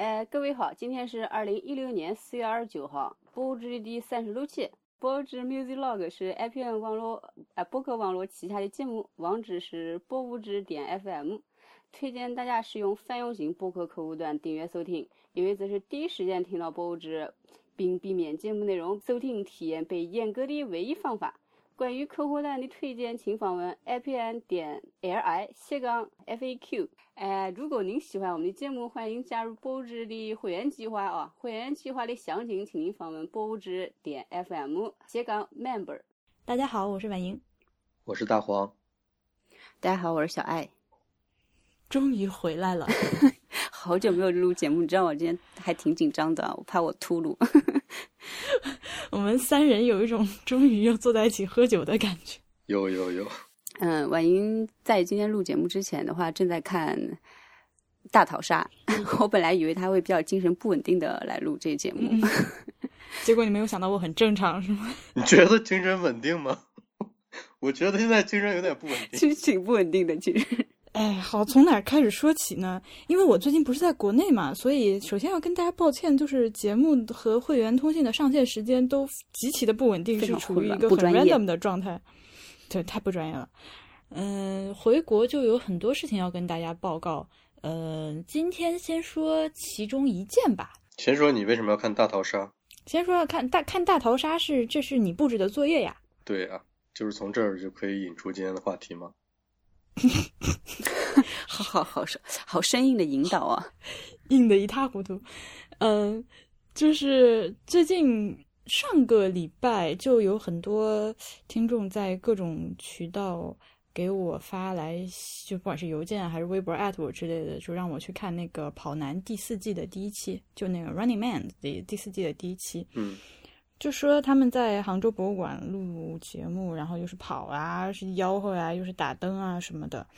各位好，今天是2016年4月29号，播物志第36期。播物志 Music Log 是 IPN 网络播客网络旗下的节目，网址是播物志.fm。推荐大家使用泛用型播客客户端订阅收听，因为这是第一时间听到播物志，并避免节目内容收听体验被阉割的唯一方法。关于客户端的推荐，请访问 ipn.li/FAQ。如果您喜欢我们的节目，欢迎加入播物志的会员计划啊！会员计划的详情，请您访问播物志.fm/member。 大家好，我是婉莹， 我是大黄， 大家好，我是小爱。 终于回来了， 好久没有录节目，你知道我今天还挺紧张的，我怕我秃噜。 我们三人有一种终于又坐在一起喝酒的感觉。 有。 婉莹在今天录节目之前的话，正在看大逃杀。我本来以为他会比较精神不稳定的来录这个节目， 结果你没有想到我很正常是吗？ 你觉得精神稳定吗？我觉得现在精神有点不稳定， 其实挺不稳定的，其实。 哎，好，从哪儿开始说起呢？因为我最近不是在国内嘛，所以首先要跟大家抱歉，就是节目和会员通信的上线时间都极其的不稳定，是处于一个很 random 的状态。对，太不专业了。回国就有很多事情要跟大家报告。今天先说其中一件吧。 先说你为什么要看大逃杀？ 先说要看大逃杀这是你布置的作业呀？ 对啊，就是从这儿就可以引出今天的话题吗？ 好生硬的引导啊， 硬的一塌糊涂。就是最近上个礼拜就有很多听众在各种渠道给我发来，就不管是邮件还是微博@我之类的，就让我去看那个跑男第4季的第1期，就那个 Running Man 的第4季的第1期。就说他们在杭州博物馆录节目，然后又是跑啊，是吆喝啊，又是打灯啊什么的。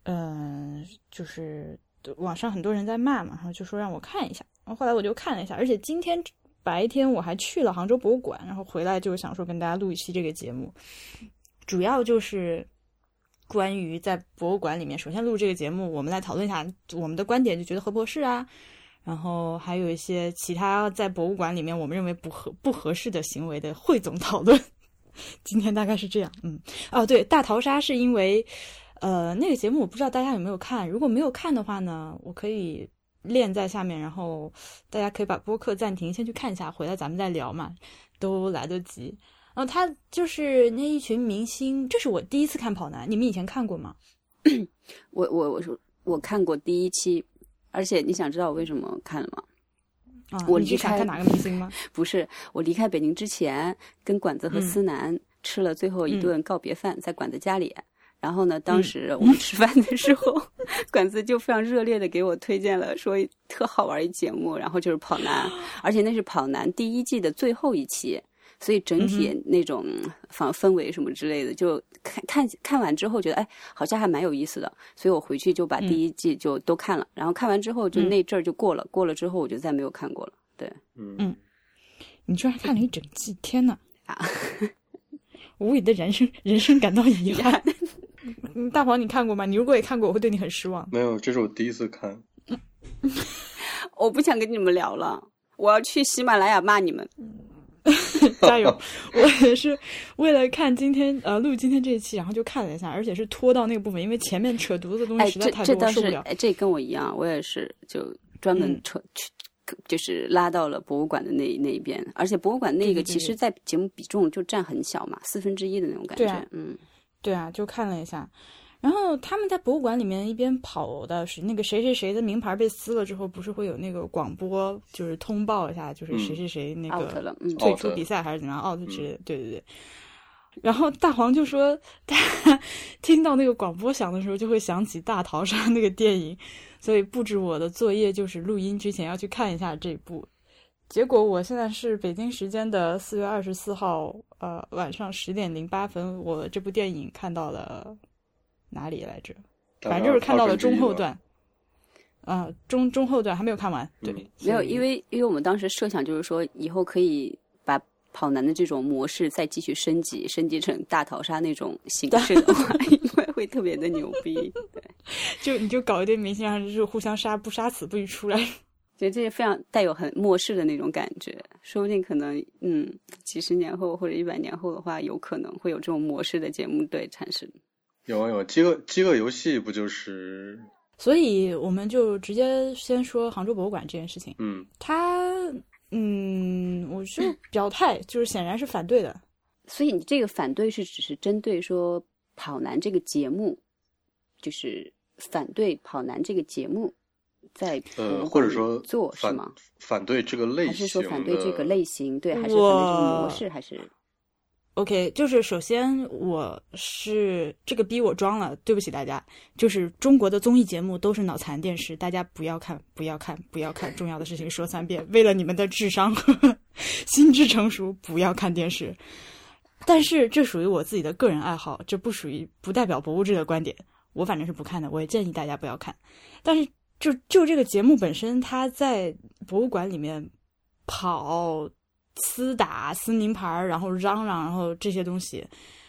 就是网上很多人在骂嘛，然后就说让我看一下，然后后来我就看了一下，而且今天白天我还去了杭州博物馆，然后回来就想说跟大家录一期这个节目，主要就是关于在博物馆里面，首先录这个节目，我们来讨论一下我们的观点，就觉得合不合适啊，然后还有一些其他在博物馆里面我们认为不合适的行为的汇总讨论。今天大概是这样。对，大逃杀是因为那个节目我不知道大家有没有看，如果没有看的话呢，我可以链在下面，然后大家可以把播客暂停先去看一下，回来咱们再聊嘛，都来得及。然后他就是那一群明星，这是我第一次看跑男，你们以前看过吗？ 我看过第1期，而且你想知道我为什么看了吗？ 我离开看哪个明星吗？ 不是，我离开北京之前跟管子和思南吃了最后一顿告别饭，在管子家里。然后呢，当时我们吃饭的时候，管子就非常热烈的给我推荐了，说特好玩一节目，然后就是跑男，而且那是跑男第1季的最后一期，所以整体那种氛围什么之类的，就看完之后觉得好像还蛮有意思的，所以我回去就把第1季就都看了，然后看完之后就那阵儿就过了，过了之后我就再没有看过了。对， 你居然看了一整季，天哪！无以的人生感到遗憾。大黄，你看过吗？你如果也看过，我会对你很失望。 没有，这是我第一次看。 我不想跟你们聊了，我要去喜马拉雅骂你们。 加油！我也是为了看今天录今天这一期，然后就看了一下，而且是拖到那个部分，因为前面扯犊子的东西实在太多，我受不了。 这跟我一样，我也是就专门就是拉到了博物馆的那一边，而且博物馆那个其实在节目比重就占很小嘛，1/4的那种感觉。 对啊，就看了一下。然后他们在博物馆里面一边跑的是那个谁谁谁的名牌被撕了之后，不是会有那个广播，就是通报一下，就是谁谁谁那个退出比赛还是怎么样，out之类的。对。然后大黄就说，他听到那个广播响的时候，就会想起大逃杀那个电影，所以布置我的作业就是录音之前要去看一下这部。结果我现在是北京时间的4月24号晚上10点08分，我这部电影看到了哪里来着？反正就是看到了中后段。中后段还没有看完。对， 没有，因为我们当时设想就是说以后可以把跑男的这种模式再继续升级成大逃杀那种形式的话，因为会特别的牛逼。对， 你就搞一堆明星，然后就是互相杀，不杀死不许出来。 觉得这些非常带有很末世的那种感觉，说不定可能几十年后或者100年后的话，有可能会有这种模式的节目对产生。有啊，饥饿游戏不就是？ 所以我们就直接先说杭州博物馆这件事情。我就表态，就是显然是反对的。 所以你这个反对是只是针对说跑男这个节目，就是反对跑男这个节目在或者说做是吗？ 反对这个类型， 还是说反对这个类型？对，还是反对这个模式？还是 OK， 就是首先我是这个逼我装了，对不起大家。就是中国的综艺节目都是脑残电视，大家不要看，不要看，不要看。重要的事情说3遍，为了你们的智商心智成熟，不要看电视。但是这属于我自己的个人爱好，这不代表博物志的观点。我反正是不看的，我也建议大家不要看。但是就这个节目本身，它在博物馆里面跑、厮打、撕名牌，然后嚷嚷，然后这些东西，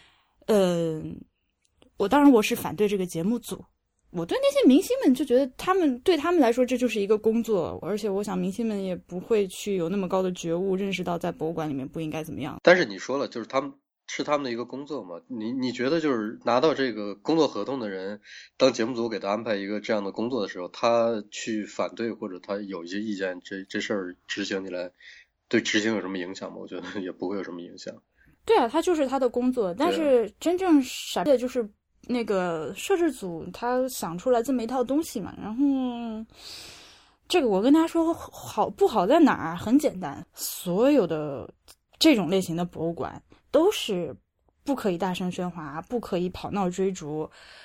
当然我是反对这个节目组。我对那些明星们就觉得对他们来说这就是一个工作，而且我想明星们也不会去有那么高的觉悟，认识到在博物馆里面不应该怎么样。 但是你说了，就是他们的一个工作嘛，你觉得就是拿到这个工作合同的人，当节目组给他安排一个这样的工作的时候，他去反对或者他有一些意见，这事儿执行起来对执行有什么影响吗？我觉得也不会有什么影响。 对啊，他就是他的工作，但是真正傻逼的就是那个摄制组他想出来这么一套东西嘛，然后这个我跟他说好不好在哪儿，很简单，所有的这种类型的博物馆都是不可以大声喧哗，不可以跑闹追逐，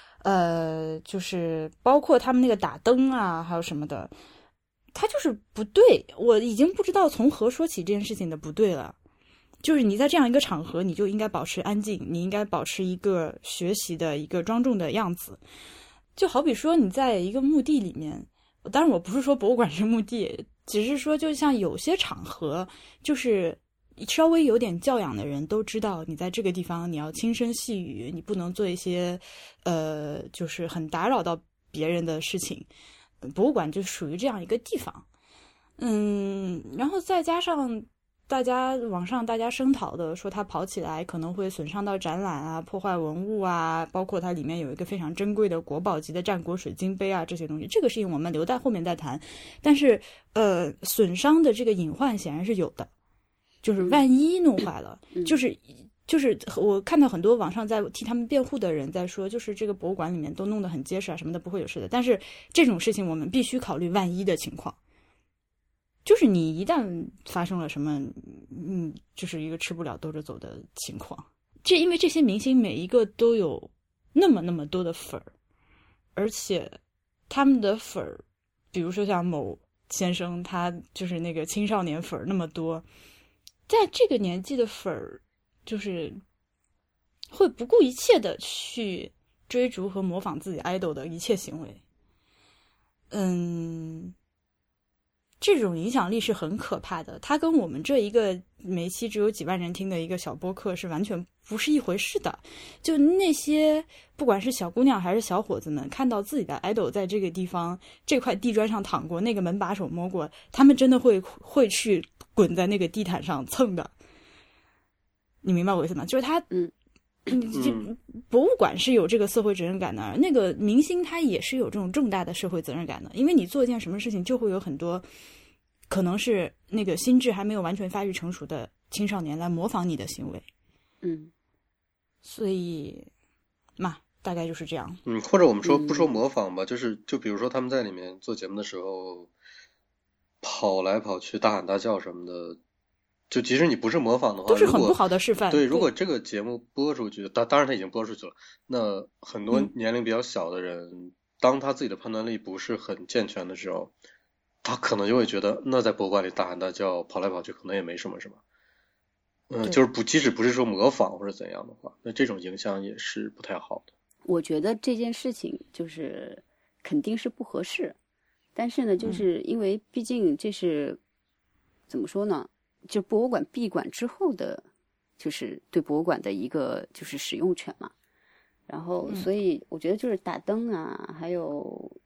就是包括他们那个打灯啊，还有什么的，他就是不对。我已经不知道从何说起这件事情的不对了。就是你在这样一个场合，你就应该保持安静，你应该保持一个学习的一个庄重的样子。就好比说你在一个墓地里面，当然我不是说博物馆是墓地，只是说就像有些场合，就是稍微有点教养的人都知道，你在这个地方你要轻声细语，你不能做一些就是很打扰到别人的事情。博物馆就属于这样一个地方。然后再加上网上大家声讨的说它跑起来可能会损伤到展览啊，破坏文物啊，包括它里面有一个非常珍贵的国宝级的战国水晶杯啊，这些东西，这个事情我们留在后面再谈。但是损伤的这个隐患显然是有的，就是万一弄坏了，就是我看到很多网上在替他们辩护的人在说，就是这个博物馆里面都弄得很结实啊什么的，不会有事的。但是这种事情我们必须考虑万一的情况，就是你一旦发生了什么，就是一个吃不了兜着走的情况。因为这些明星每一个都有那么多的粉儿，而且他们的粉儿，比如说像某先生，他就是那个青少年粉儿那么多，在这个年纪的粉儿，就是会不顾一切的去追逐和模仿自己 idol 的一切行为。这种影响力是很可怕的，它跟我们这一个每期只有几万人听的一个小播客是完全不是一回事的。就那些不管是小姑娘还是小伙子们，看到自己的 idol 在这个地方这块地砖上躺过，那个门把手摸过，他们真的会去滚在那个地毯上蹭的。你明白我意思吗？就是他博物馆是有这个社会责任感的，那个明星他也是有这种重大的社会责任感的，因为你做一件什么事情，就会有很多可能是那个心智还没有完全发育成熟的青少年来模仿你的行为。所以嘛，大概就是这样。 或者我们不说模仿吧，就比如说他们在里面做节目的时候，跑来跑去、大喊大叫什么的。就即使你不是模仿的话， 都是很不好的示范。 对，如果这个节目播出去，当然他已经播出去了，那很多年龄比较小的人，当他自己的判断力不是很健全的时候，他可能就会觉得，那在博物馆里大喊大叫、跑来跑去，可能也没什么。就是即使不是说模仿或者怎样的话，那这种影响也是不太好的。 我觉得这件事情就是肯定是不合适，但是呢，就是因为毕竟这是怎么说呢？就博物馆闭馆之后的，就是对博物馆的一个就是使用权嘛。然后，所以我觉得就是打灯啊，还有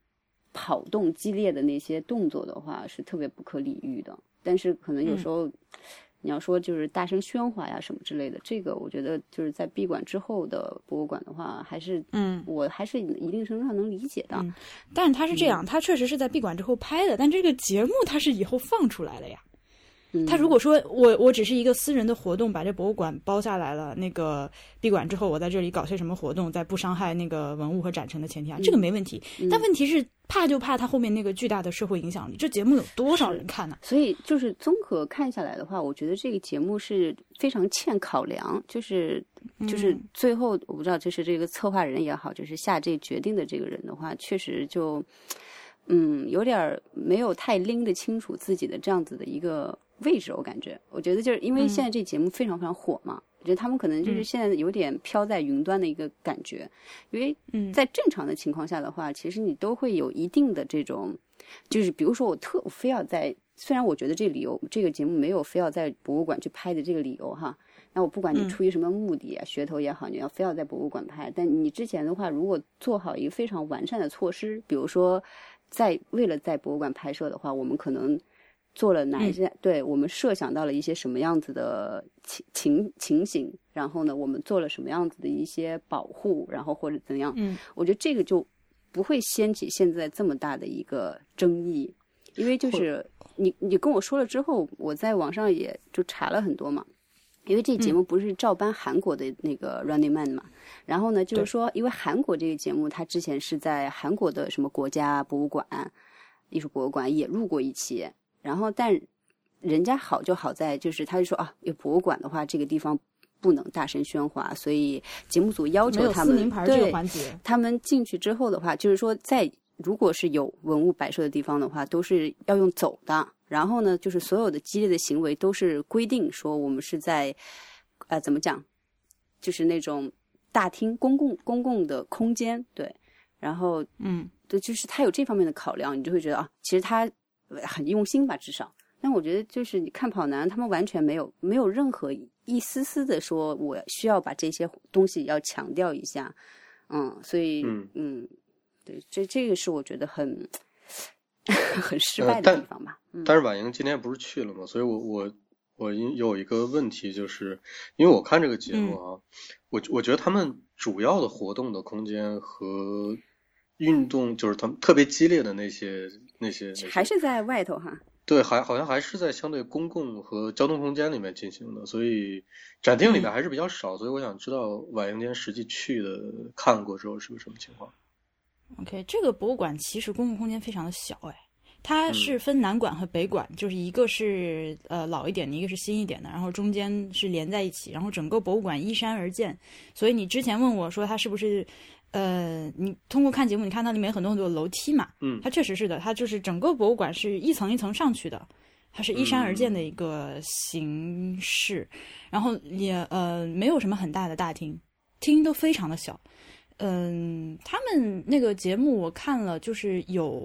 跑动激烈的那些动作的话是特别不可理喻的。但是可能有时候你要说就是大声喧哗呀什么之类的，这个我觉得就是在闭馆之后的博物馆的话，还是我还是一定程度上能理解的。 但是它是这样，它确实是在闭馆之后拍的，但这个节目它是以后放出来的呀。他如果说我只是一个私人的活动，把这博物馆包下来了，那个闭馆之后我在这里搞些什么活动，在不伤害那个文物和展陈的前提下，这个没问题。但问题是怕就怕它后面那个巨大的社会影响力，这节目有多少人看呢？ 所以就是综合看下来的话，我觉得这个节目是非常欠考量，就是最后我不知道，就是这个策划人也好，就是下这决定的这个人的话，确实就有点没有太拎得清楚自己的这样子的一个位置。我觉得就是因为现在这节目非常非常火嘛，我觉得他们可能就是现在有点飘在云端的一个感觉。因为在正常的情况下的话，其实你都会有一定的这种，就是比如说我非要在，虽然我觉得这个节目没有非要在博物馆去拍的这个理由哈，那我不管你出于什么目的啊，噱头也好，你要非要在博物馆拍，但你之前的话如果做好一个非常完善的措施，比如说为了在博物馆拍摄的话，我们可能做了哪一些，对，我们设想到了一些什么样子的情形，然后呢我们做了什么样子的一些保护，然后或者怎样，我觉得这个就不会掀起现在这么大的一个争议。因为就是你跟我说了之后，我在网上也就查了很多嘛，因为这节目不是照搬韩国的那个 Running Man 嘛，然后呢就是说因为韩国这个节目它之前是在韩国的什么国家博物馆艺术博物馆也录过一期，然后但人家好就好在就是他就说有博物馆的话这个地方不能大声喧哗，所以节目组要求他们没有撕名牌这个环节， 他们进去之后的话就是说如果是有文物摆设的地方的话都是要用走的，然后呢就是所有的激烈的行为都是规定说我们是在怎么讲，就是那种大厅公共的空间，对，然后对，就是他有这方面的考量，你就会觉得其实他很用心吧，至少。但我觉得就是你看跑男他们完全没有任何一丝丝的说我需要把这些东西要强调一下，所以对，这个是我觉得很失败的地方吧。 但是婉莹今天不是去了吗？所以我有一个问题，就是因为我看这个节目我觉得他们主要的活动的空间和运动，就是他们特别激烈的那些还是在外头哈。 对，好像还是在相对公共和交通空间里面进行的，所以展厅里面还是比较少，所以我想知道婉莹今天实际去的看过之后是个什么情况。 OK， 这个博物馆其实公共空间非常的小它是分南馆和北馆，就是一个是老一点的，一个是新一点的，然后中间是连在一起，然后整个博物馆依山而建。所以你之前问我说它是不是你通过看节目你看到里面有很多很多楼梯嘛，它确实是的，它就是整个博物馆是一层一层上去的，它是依山而建的一个形式，然后也没有什么很大的大厅都非常的小。他们那个节目我看了，就是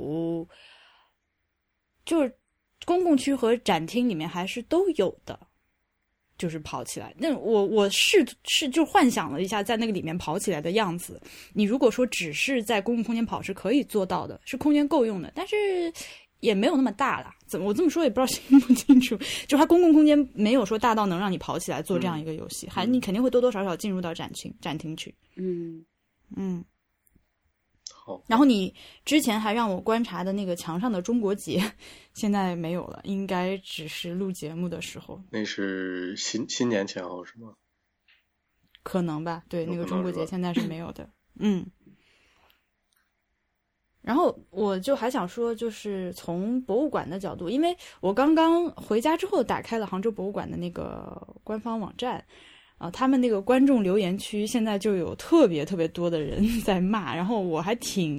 公共区和展厅里面还是都有的，就是跑起来。那我是就幻想了一下在那个里面跑起来的样子，你如果说只是在公共空间跑是可以做到的，是空间够用的，但是也没有那么大啦。我这么说也不知道清不清楚，就它公共空间没有说大到能让你跑起来做这样一个游戏，你肯定会多多少少进入到展厅去。 好。 然后你之前还让我观察的那个墙上的中国结，现在没有了，应该只是录节目的时候。 那是新年前后是吗？ 可能吧，对，那个中国结现在是没有的。然后我就还想说，就是从博物馆的角度，因为我刚刚回家之后打开了杭州博物馆的那个官方网站。他们那个观众留言区现在就有特别特别多的人在骂，然后我还挺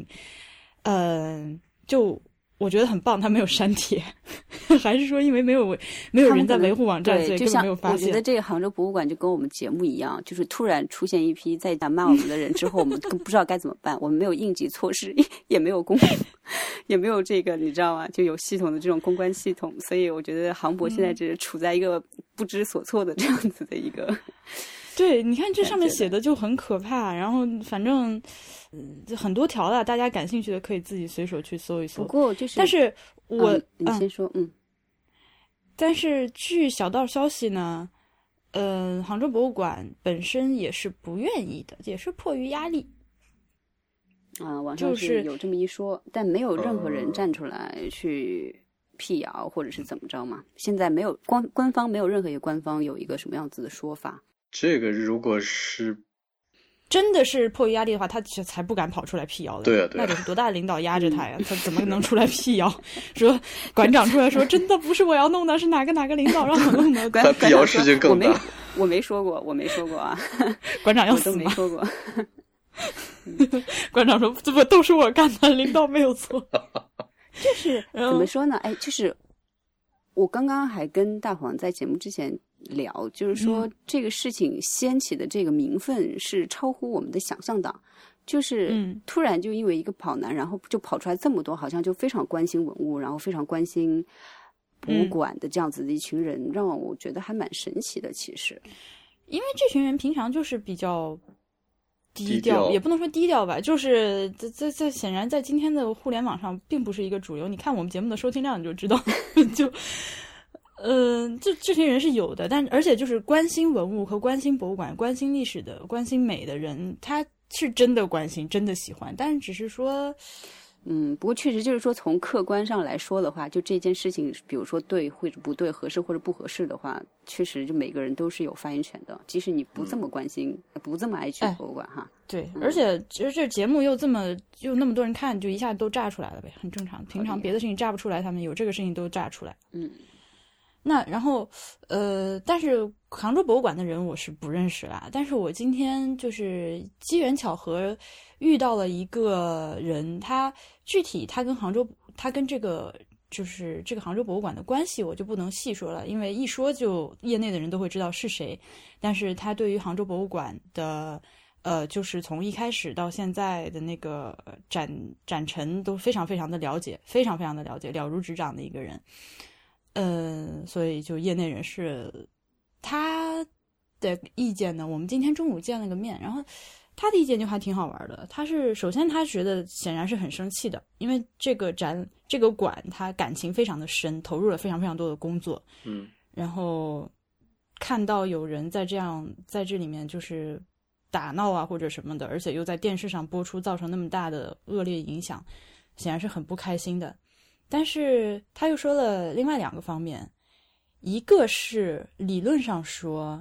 就我觉得很棒，他没有删帖还是说因为没有人在维护网站，所以根本没有发现。 我觉得这个杭州博物馆就跟我们节目一样，就是突然出现一批在打骂我们的人之后我们更不知道该怎么办，我们没有应急措施，也没有也没有这个你知道吗，就有系统的这种公关系统，所以我觉得杭博现在只是处在一个不知所措的这样子的一个对，你看这上面写的就很可怕，然后反正很多条了，大家感兴趣的可以自己随手去搜一搜。 不过就是， 但是你先说， 但是据小道消息呢，杭州博物馆本身也是不愿意的，也是迫于压力。 网上是有这么一说，但没有任何人站出来去辟谣或者是怎么着嘛。现在没有官方没有任何一个官方有一个什么样子的说法。 这个如果是真的是迫于压力的话，他才不敢跑出来辟谣了。 对啊， 那得是多大的领导压着他呀？他怎么能出来辟谣？说馆长出来说，真的不是我要弄的，是哪个领导让我弄的？ 他辟谣事情更大。 我没说过啊。 馆长要死吗？ 我都没说过。 馆长说：“这不都是我干的，领导没有错。” 就是怎么说呢？就是我刚刚还跟大黄在节目之前聊，就是说这个事情掀起的这个民愤是超乎我们的想象的，就是突然就因为一个跑男，然后就跑出来这么多，好像就非常关心文物，然后非常关心博物馆的这样子的一群人，让我觉得还蛮神奇的。其实， 因为这群人平常就是比较低调，也不能说低调吧，就是在显然在今天的互联网上并不是一个主流。你看我们节目的收听量你就知道，就这群人是有的，但而且就是关心文物和关心博物馆、关心历史的、关心美的人，他是真的关心、真的喜欢，但是只是说。 不过确实就是说，从客观上来说的话，就这件事情，比如说对或者不对，合适或者不合适的话，确实就每个人都是有发言权的，即使你不这么关心，不这么爱去博物馆哈。 对，而且其实这节目又那么多人看，就一下都炸出来了呗，很正常。平常别的事情炸不出来，他们有这个事情都炸出来。那然后但是杭州博物馆的人我是不认识啦，但是我今天就是机缘巧合遇到了一个人，他具体他跟这个就是这个杭州博物馆的关系我就不能细说了，因为一说就业内的人都会知道是谁，但是他对于杭州博物馆的就是从一开始到现在的那个展陈都非常非常的了解，非常非常的了解，了如指掌的一个人。所以就业内人士他的意见呢，我们今天中午见了个面，然后他的意见就还挺好玩的。首先他觉得显然是很生气的，因为这个馆他感情非常的深，投入了非常非常多的工作。然后看到有人在这里面就是打闹啊或者什么的，而且又在电视上播出，造成那么大的恶劣影响，显然是很不开心的。但是他又说了另外2个方面，一个是理论上说，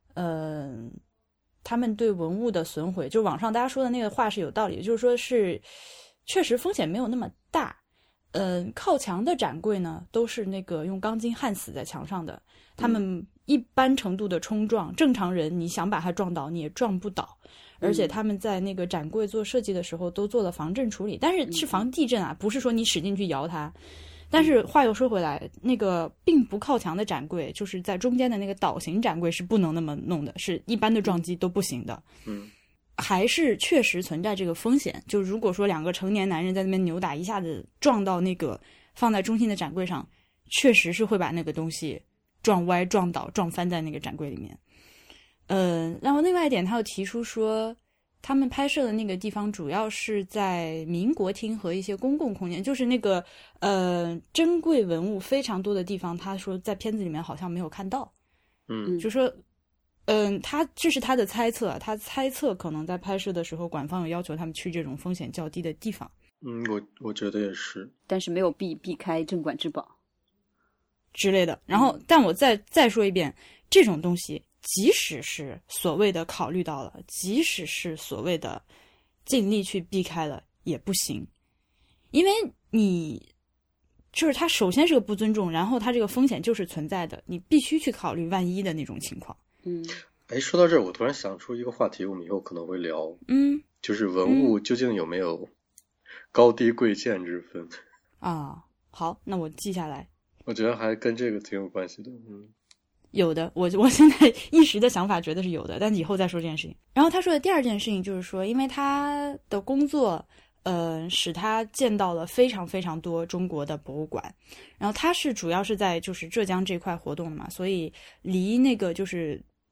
他们对文物的损毁，就网上大家说的那个话是有道理，就是说是确实风险没有那么大。靠墙的展柜呢，都是那个用钢筋焊死在墙上的，他们一般程度的冲撞，正常人你想把它撞倒你也撞不倒。而且他们在那个展柜做设计的时候都做了防震处理，但是是防地震啊，不是说你使劲去摇它。但是话又说回来，那个并不靠墙的展柜，就是在中间的那个岛型展柜是不能那么弄的，是一般的撞击都不行的。还是确实存在这个风险，就如果说2个成年男人在那边扭打，一下子撞到那个放在中心的展柜上，确实是会把那个东西撞歪、撞倒、撞翻在那个展柜里面。然后另外一点他又提出说，他们拍摄的那个地方主要是在民国厅和一些公共空间，就是那个珍贵文物非常多的地方，他说在片子里面好像没有看到。就说这是他的猜测，他猜测可能在拍摄的时候馆方有要求他们去这种风险较低的地方。 我觉得也是， 但是没有避开镇馆之宝之类的。然后但我再说一遍，这种东西即使是所谓的考虑到了，即使是所谓的尽力去避开了也不行，因为你就是它首先是个不尊重，然后它这个风险就是存在的，你必须去考虑万一的那种情况。 说到这儿我突然想出一个话题，我们以后可能会聊，就是文物究竟有没有高低贵贱之分啊？好，那我记下来。 我觉得还跟这个挺有关系的。 有的，我现在一时的想法觉得是有的，但以后再说这件事情。然后他说的第2件事情就是说，因为他的工作使他见到了非常非常多中国的博物馆，然后他是主要是在就是浙江这块活动的嘛，所以离那个就是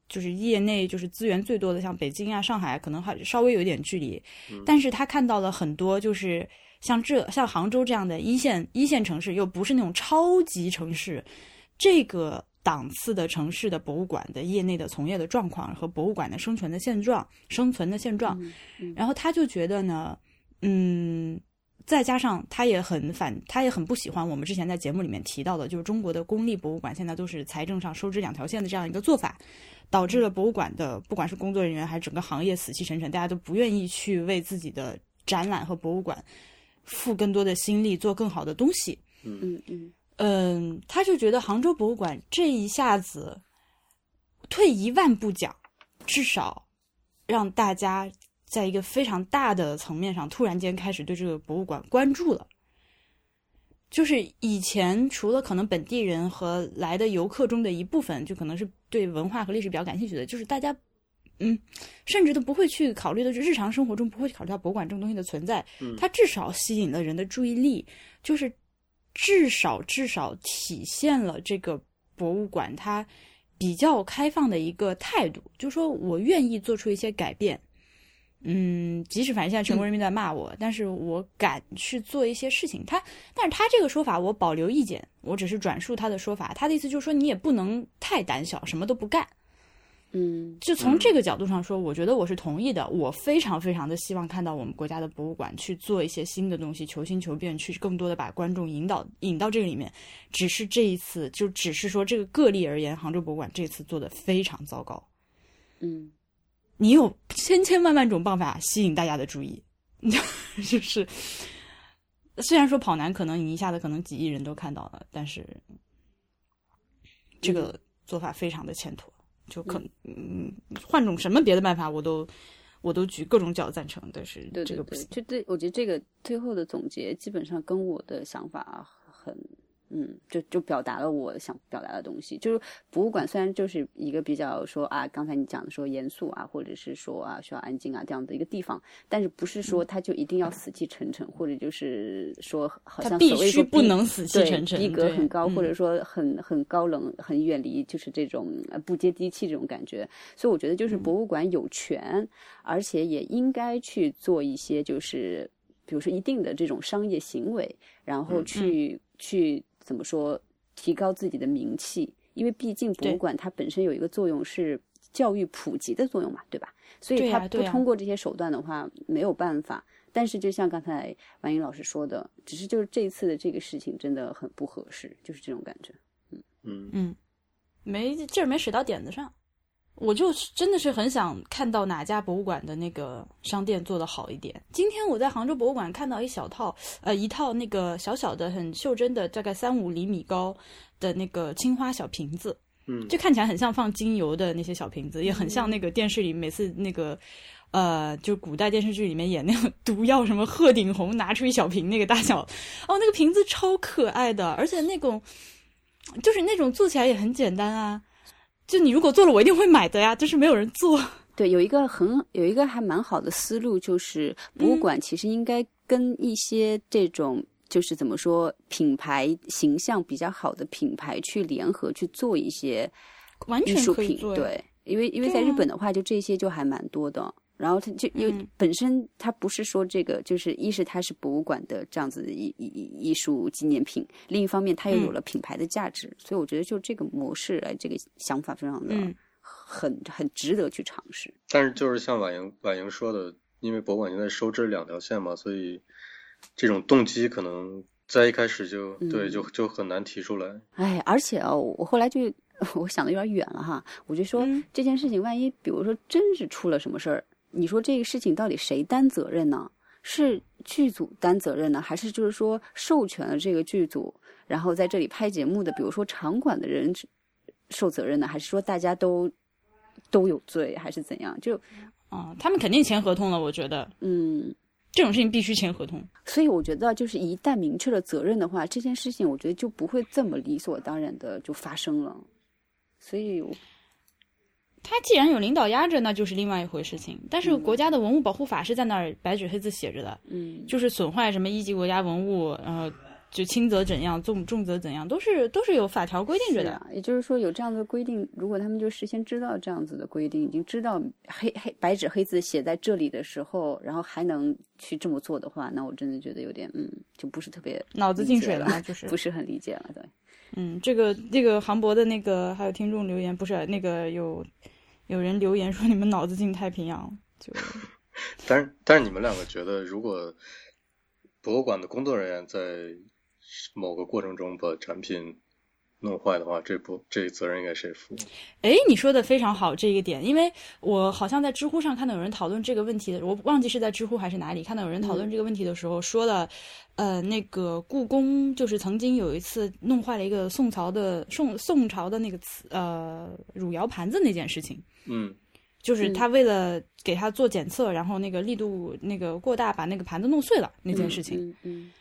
就是业内就是资源最多的，像北京啊、上海可能还稍微有一点距离，但是他看到了很多就是像杭州这样的一线城市，又不是那种超级城市，这个档次的城市的博物馆的业内的从业的状况和博物馆的生存的现状，然后他就觉得呢，再加上他也很不喜欢我们之前在节目里面提到的，就是中国的公立博物馆现在都是财政上收支两条线的这样一个做法，导致了博物馆的不管是工作人员还是整个行业死气沉沉，大家都不愿意去为自己的展览和博物馆付更多的心力，做更好的东西。他就觉得杭州博物馆这一下子退一万步讲，至少让大家在一个非常大的层面上突然间开始对这个博物馆关注了。就是以前除了可能本地人和来的游客中的一部分就可能是对文化和历史比较感兴趣的，就是大家甚至都不会去考虑的，就日常生活中不会考虑到博物馆这种东西的存在，它至少吸引了人的注意力，就是至少体现了这个博物馆它比较开放的一个态度，就是说我愿意做出一些改变，即使反正现在全国人民在骂我，但是我敢去做一些事情。但是他这个说法我保留意见，我只是转述他的说法，他的意思就是说你也不能太胆小，什么都不干。就从这个角度上说，我觉得我是同意的。我非常非常的希望看到我们国家的博物馆去做一些新的东西，求新求变，去更多的把观众引到这个里面。只是这一次，就只是说这个个例而言，杭州博物馆这次做的非常糟糕。你有千万种办法吸引大家的注意，就是虽然说跑男可能你一下子可能几亿人都看到了，但是这个做法非常的欠妥。就换种什么别的办法，我都举各种角赞成，但是这个不行。 对，我觉得这个最后的总结基本上跟我的想法很就表达了我想表达的东西。就是博物馆虽然就是一个比较说刚才你讲的说严肃或者是说需要安静这样的一个地方，但是不是说它就一定要死气沉沉，或者就是说好像所谓说它必须不能死气沉沉， 逼格很高，或者说很高冷，很远离，就是这种不接地气这种感觉。所以我觉得就是博物馆有权，而且也应该去做一些就是比如说一定的这种商业行为，然后去怎么说提高自己的名气，因为毕竟博物馆它本身有一个作用是教育普及的作用嘛，对吧？所以它不通过这些手段的话没有办法。但是就像刚才婉莹老师说的，只是就是这一次的这个事情真的很不合适，就是这种感觉。 没劲儿，没使到点子上。我就真的是很想看到哪家博物馆的那个商店做得好一点。今天我在杭州博物馆看到一套那个小小的很袖珍的大概3-5厘米高的那个青花小瓶子，就看起来很像放精油的那些小瓶子，也很像那个电视里每次那个就古代电视剧里面演那个毒药什么鹤顶红拿出一小瓶那个大小，那个瓶子超可爱的，而且那种就是那种做起来也很简单啊。就你如果做了我一定会买的呀，就是没有人做。 对，有一个还蛮好的思路，就是博物馆其实应该跟一些这种就是怎么说品牌形象比较好的品牌去联合去做一些艺术品。对，因为在日本的话就这些就还蛮多的。然后它就本身它不是说这个，就是一是它是博物馆的这样子的艺术纪念品，另一方面它也有了品牌的价值，所以我觉得就这个模式这个想法非常的很值得去尝试。 但是就是像婉莹说的，因为博物馆现在收支两条线嘛，所以这种动机可能在一开始就很难提出来。 而且我后来我想的有点远了哈，我就说这件事情万一比如说真是出了什么事儿，你说这个事情到底谁担责任呢？是剧组担责任呢，还是就是说授权了这个剧组，然后在这里拍节目的比如说场馆的人受责任呢，还是说大家都有罪，还是怎样？就他们肯定签合同了，我觉得这种事情必须签合同。 所以我觉得就是一旦明确了责任的话，这件事情我觉得就不会这么理所当然的就发生了。所以他既然有领导压着，那就是另外一回事情。但是国家的文物保护法是在那儿白纸黑字写着的，就是损坏什么1级国家文物， 就轻则怎样，重则怎样，都是有法条规定着的。 也就是说，有这样的规定，如果他们就事先知道这样子的规定，已经知道白纸黑字写在这里的时候，然后还能去这么做的话，那我真的觉得有点就不是特别脑子进水了嘛，就是不是很理解了，对。 这个航博的那个还有听众留言，不是那个有人留言说你们脑子进太平洋，就但是你们两个觉得，如果博物馆的工作人员在某个过程中把产品弄坏的话，这责任应该谁负？ 你说的非常好这一个点，因为我好像在知乎上看到有人讨论这个问题的，我忘记是在知乎还是哪里看到有人讨论这个问题的时候，说了那个故宫就是曾经有一次弄坏了一个宋朝的那个汝窑盘子那件事情。就是他为了给他做检测，然后那个力度那个过大，把那个盘子弄碎了那件事情。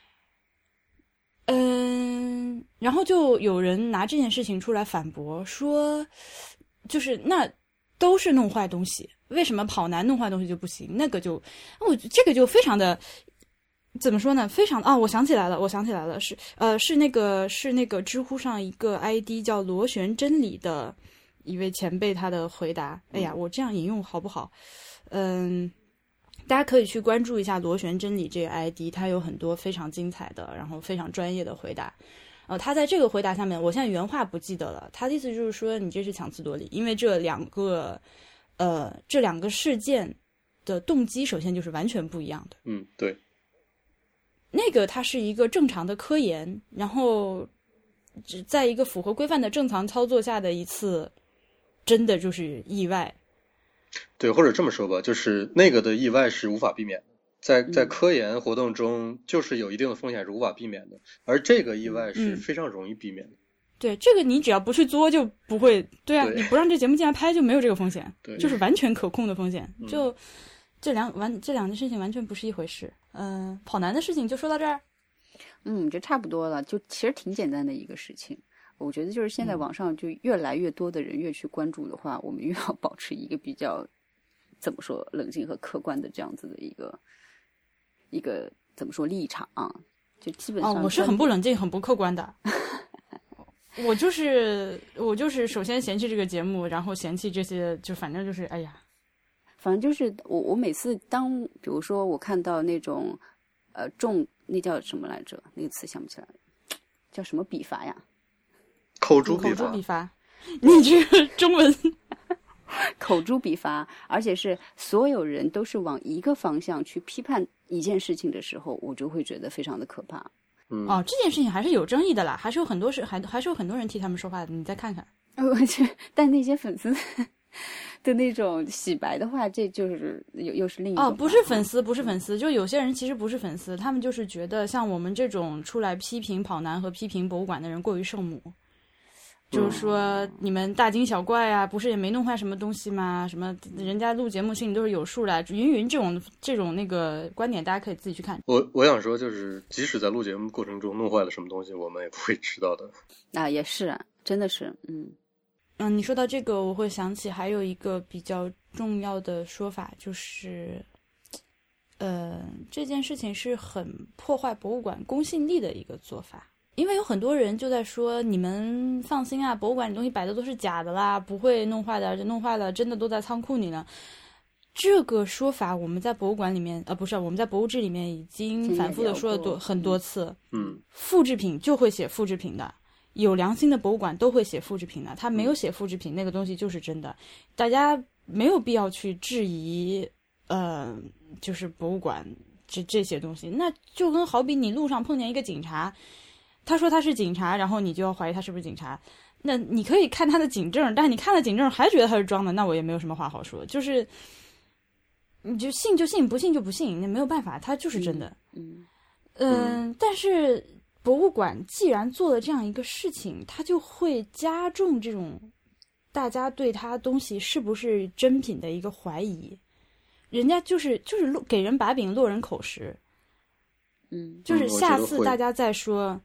然后就有人拿这件事情出来反驳，说就是那都是弄坏东西，为什么跑男弄坏东西就不行？那个就这个就非常的怎么说呢？非常我想起来了，是那个知乎上一个 ID 叫螺旋真理的一位前辈他的回答。哎呀，我这样引用好不好？大家可以去关注一下螺旋真理这个 ID， 它有很多非常精彩的，然后非常专业的回答。他在这个回答下面，我现在原话不记得了，他的意思就是说你这是强词夺理，因为这两个事件的动机首先就是完全不一样的。 对。 那个它是一个正常的科研，然后在一个符合规范的正常操作下的一次真的就是意外。 对，或者这么说吧，就是那个的意外是无法避免的，在科研活动中就是有一定的风险是无法避免的，而这个意外是非常容易避免的。 对，这个你只要不去作就不会。对啊，你不让这节目进来拍就没有这个风险，就是完全可控的风险。就这两件事情完全不是一回事。跑男的事情就说到这儿。 这差不多了，就其实挺简单的一个事情。我觉得就是现在网上就越来越多的人越去关注的话，我们越要保持一个比较怎么说冷静和客观的这样子的一个怎么说立场啊，就基本上我是很不冷静很不客观的。我就是首先嫌弃这个节目，然后嫌弃这些，就反正就是反正就是我每次比如说我看到那种那叫什么来着，那个词想不起来，叫什么笔伐呀？ 口诛笔伐。你这个中文口诛笔伐，而且是所有人都是往一个方向去批判一件事情的时候，我就会觉得非常的可怕。 这件事情还是有争议的啦，还是有很多人替他们说话的，你再看看。 但那些粉丝的那种洗白的话，这就是又是另一种。 不是粉丝，就有些人其实不是粉丝，他们就是觉得像我们这种出来批评跑男和批评博物馆的人过于圣母。就是说你们大惊小怪啊，不是也没弄坏什么东西吗？什么人家录节目心里都是有数的，云这种那个观点，大家可以自己去看。 我想说，就是即使在录节目过程中弄坏了什么东西，我们也不会知道的。 也是，真的是， 你说到这个，我会想起还有一个比较重要的说法，就是这件事情是很破坏博物馆公信力的一个做法。因为有很多人就在说，你们放心啊，博物馆里东西摆的都是假的啦，不会弄坏的，而且弄坏了真的都在仓库里呢。这个说法我们在博物馆里面我们在博物志里面已经反复的说了很多次。复制品就会写复制品的，有良心的博物馆都会写复制品的，他没有写复制品，那个东西就是真的。大家没有必要去质疑就是博物馆这些东西。那就跟好比你路上碰见一个警察，他说他是警察，然后你就要怀疑他是不是警察。那你可以看他的警证，但是你看了警证还觉得他是装的，那我也没有什么话好说。就是你就信就信，不信就不信，那没有办法，他就是真的。但是博物馆既然做了这样一个事情，他就会加重这种大家对他东西是不是真品的一个怀疑。人家就是给人把柄落人口实。就是下次大家再说。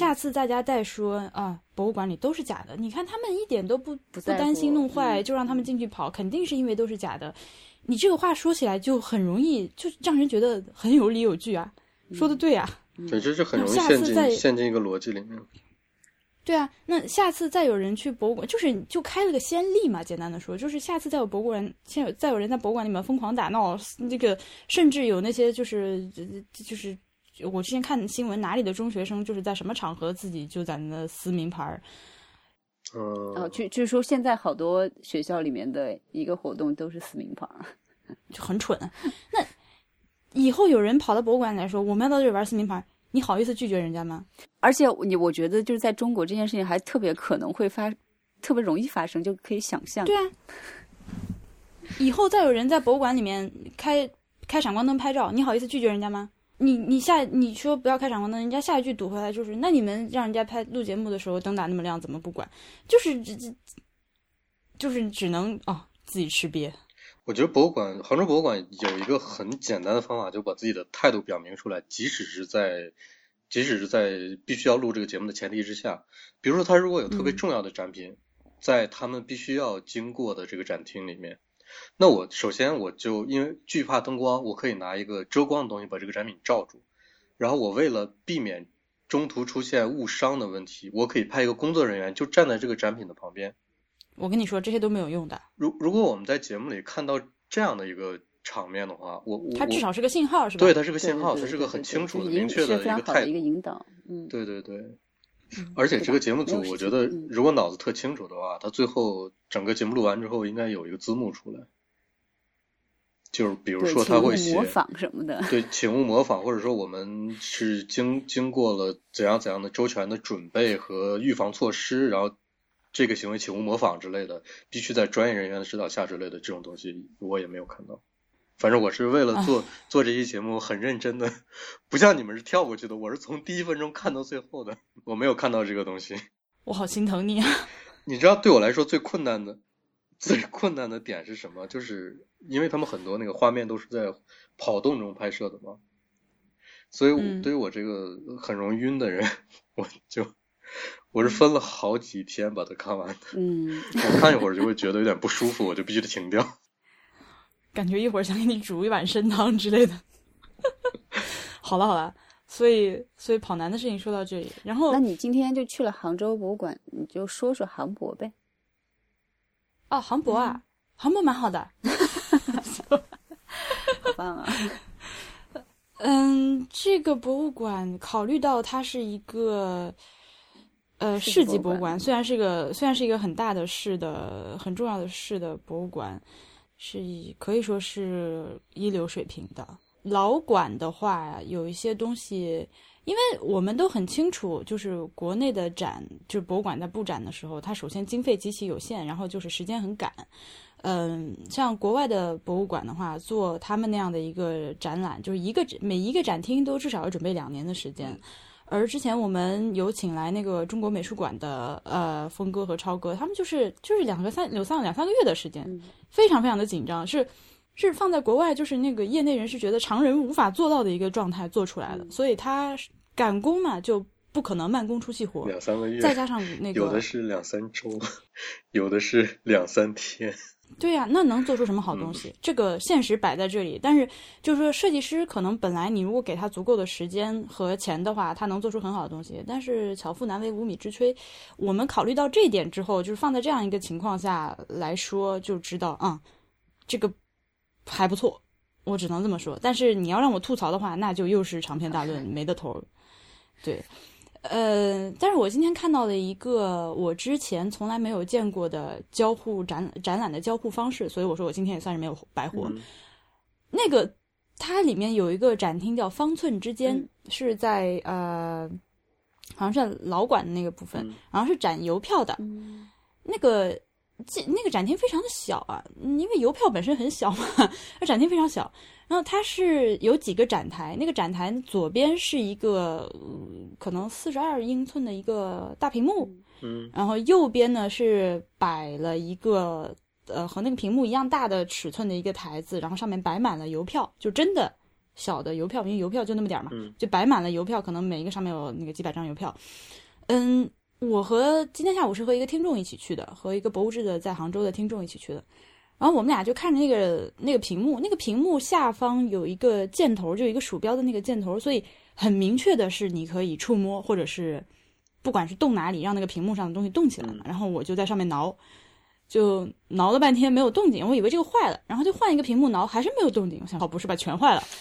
博物馆里都是假的，你看他们一点都不担心弄坏，就让他们进去跑，肯定是因为都是假的。你这个话说起来就很容易，就让人觉得很有理有据啊，说的对啊。 对，这是很容易陷进一个逻辑里面。 对啊，那下次再有人去博物馆，就开了个先例嘛。简单的说，就是下次再有人在博物馆里面疯狂打闹，这个甚至有那些就是我之前看新闻，哪里的中学生就是在什么场合自己就在那撕名牌。 据说现在好多学校里面的一个活动都是撕名牌， 就很蠢。那以后有人跑到博物馆来说，我们要到这里玩撕名牌，你好意思拒绝人家吗？ 而且我觉得就是在中国这件事情还特别可能会特别容易发生，就可以想象。 对啊，以后再有人在博物馆里面开闪光灯拍照，你好意思拒绝人家吗？你说不要开闪光灯，人家下一句堵回来就是，那你们让人家录节目的时候灯打那么亮，怎么不管？就是只能自己吃瘪。 我觉得杭州博物馆有一个很简单的方法，就把自己的态度表明出来，即使是在必须要录这个节目的前提之下，比如说他如果有特别重要的展品，在他们必须要经过的这个展厅里面，那首先我就因为惧怕灯光，我可以拿一个遮光的东西把这个展品罩住，然后我为了避免中途出现误伤的问题，我可以派一个工作人员就站在这个展品的旁边。 我跟你说，这些都没有用的。 如果我们在节目里看到这样的一个场面的话，它至少是个信号，是吧？ 对，它是个信号，它是个很清楚的、明确的一个引导。 对对对。而且这个节目组，我觉得如果脑子特清楚的话，他最后整个节目录完之后，应该有一个字幕出来，就是比如说他会写模仿什么的， 对，请勿模仿，或者说我们是经过了怎样的周全的准备和预防措施，然后这个行为请勿模仿之类的，必须在专业人员的指导下之类的这种东西，我也没有看到。反正我是为了做这期节目很认真的，不像你们是跳过去的，我是从第1分钟看到最后的，我没有看到这个东西。 我好心疼你啊！ 你知道对我来说最困难的点是什么？就是因为他们很多那个画面都是在跑动中拍摄的嘛，所以对于我这个很容易晕的人，我是分了好几天把它看完的。我看一会儿就会觉得有点不舒服，我就必须得停掉。 感觉一会儿想给你煮一碗参汤之类的。好了，所以跑男的事情说到这里，然后那你今天就去了杭州博物馆，你就说说杭博呗。 杭博啊，杭博蛮好的。 好棒啊！ 这个博物馆考虑到它是一个市级博物馆，虽然是一个很大的市的很重要的市的博物馆，是可以说是一流水平的。老馆的话，有一些东西，因为我们都很清楚，就是国内的展，就是博物馆在布展的时候，它首先经费极其有限，然后就是时间很赶。像国外的博物馆的话，做他们那样的一个展览，就是每一个展厅都至少要准备2年的时间。而之前我们有请来那个中国美术馆的峰哥和超哥，他们就是两三个月的时间，非常非常的紧张，是放在国外就是那个业内人士觉得常人无法做到的一个状态做出来的，所以他赶工嘛就不可能慢工出细活 ，2-3个月， 再加上那个有的是2-3周，有的是2-3天。 对呀，那能做出什么好东西？这个现实摆在这里，但是就是说，设计师可能本来你如果给他足够的时间和钱的话，他能做出很好的东西。但是巧妇难为无米之炊，我们考虑到这一点之后，就是放在这样一个情况下来说，就知道这个还不错，我只能这么说。但是你要让我吐槽的话，那就又是长篇大论，没得头。对。但是我今天看到了一个我之前从来没有见过的交互展览的交互方式，所以我说我今天也算是没有白活。那个它里面有一个展厅叫方寸之间，是在好像是老馆的那个部分，然后是展邮票的。那个展厅非常的小啊，因为邮票本身很小嘛，那展厅非常小。然后它是有几个展台，那个展台左边是一个可能42英寸的一个大屏幕，然后右边呢是摆了一个和那个屏幕一样大的尺寸的一个台子，然后上面摆满了邮票，就真的小的邮票，因为邮票就那么点嘛，就摆满了邮票，可能每一个上面有那个几百张邮票。今天下午是和一个听众一起去的，和一个博物志的在杭州的听众一起去的。然后我们俩就看着那个屏幕，那个屏幕下方有一个箭头，就有一个鼠标的那个箭头，所以很明确的是你可以触摸，或者是不管是动哪里让那个屏幕上的东西动起来嘛，然后我就在上面挠，就挠了半天没有动静，我以为这个坏了，然后就换一个屏幕挠，还是没有动静，我想不是吧，全坏了。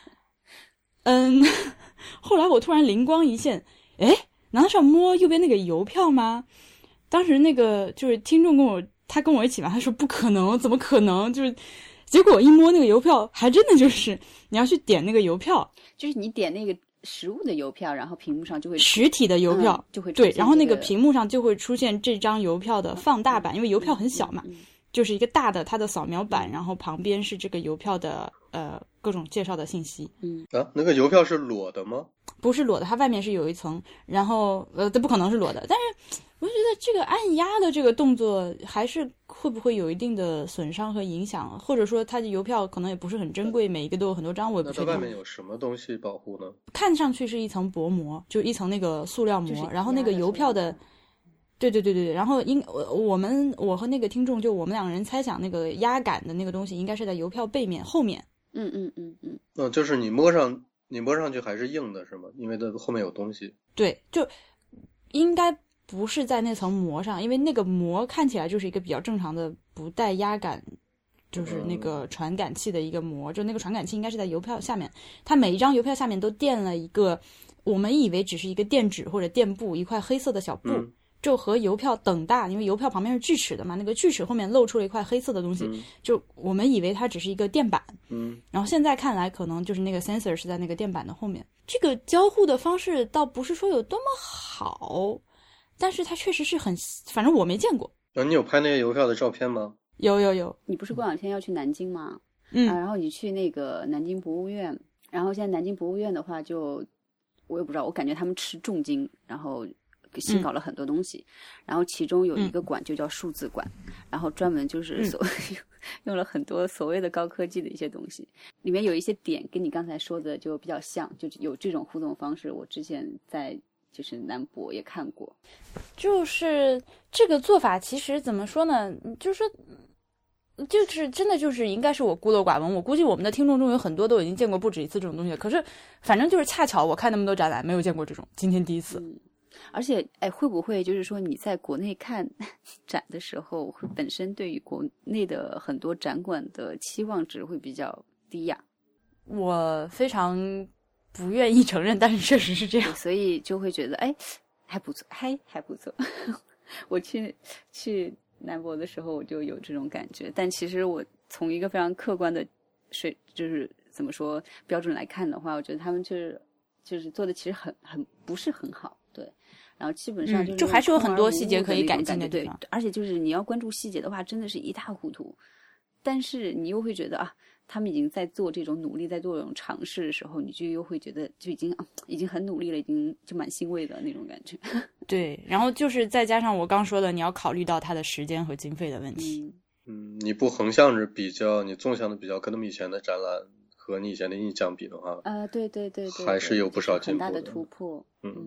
后来我突然灵光一现，难道是要摸右边那个邮票吗？当时那个就是听众他跟我一起嘛，他说不可能，怎么可能？就是结果一摸那个邮票，还真的就是你要去点那个邮票， 就是你点那个实物的邮票，然后屏幕上就会实体的邮票， 就会对，然后那个屏幕上就会出现这张邮票的放大版，因为邮票很小嘛，就是一个大的它的扫描版，然后旁边是这个邮票的各种介绍的信息。 那个邮票是裸的吗？ 不是裸的，它外面是有一层，然后这不可能是裸的，但是我觉得这个按压的这个动作还是会不会有一定的损伤和影响，或者说它的邮票可能也不是很珍贵，每一个都有很多张，我也不确定。 那它外面有什么东西保护呢？ 看上去是一层薄膜，就一层那个塑料膜，然后那个邮票的，对，然后我和那个听众就我们两个人猜想那个压感的那个东西应该是在邮票背面后面。 就是你摸上去还是硬的是吗？因为它后面有东西。 对，就应该不是在那层膜上，因为那个膜看起来就是一个比较正常的不带压感，就是那个传感器的一个膜，就那个传感器应该是在邮票下面，它每一张邮票下面都垫了一个我们以为只是一个垫纸或者垫布，一块黑色的小布，就和邮票等大，因为邮票旁边是锯齿的嘛，那个锯齿后面露出了一块黑色的东西，就我们以为它只是一个垫板，然后现在看来可能就是那个 sensor 是在那个垫板的后面。这个交互的方式倒不是说有多么好，但是它确实是反正我没见过。 你有拍那些邮票的照片吗？ 有。 你不是过两天要去南京吗？然后你去那个南京博物院，然后现在南京博物院的话我也不知道，我感觉他们吃重金，然后新搞了很多东西，然后其中有一个馆就叫数字馆，然后专门就是用了很多所谓的高科技的一些东西，里面有一些点跟你刚才说的就比较像，就有这种互动方式，我之前在就是南博也看过。 就是这个做法其实怎么说呢，就是说就是真的就是应该是我孤陋寡闻，我估计我们的听众中有很多都已经见过不止一次这种东西，可是反正就是恰巧我看那么多展览没有见过这种，今天第一次。 而且会不会就是说你在国内看展的时候，会本身对于国内的很多展馆的期望值会比较低呀？ 我非常不愿意承认，但是确实是这样， 所以就会觉得还不错，还不错。我去南博的时候我就有这种感觉，但其实我从一个非常客观的就是怎么说标准来看的话，我觉得他们就是做的其实很不是很好，对。然后基本上就还是有很多细节可以改进的地方， 对，而且就是你要关注细节的话，真的是一塌糊涂。但是你又会觉得他们已经在做这种努力，在做这种尝试的时候，你就又会觉得就已经很努力了，已经就蛮欣慰的那种感觉。 对，然后就是再加上我刚说的，你要考虑到它的时间和经费的问题。 你不横向着比较，你纵向的比较，跟他们以前的展览和你以前的印象比的话， 对， 还是有不少进步很大的突破。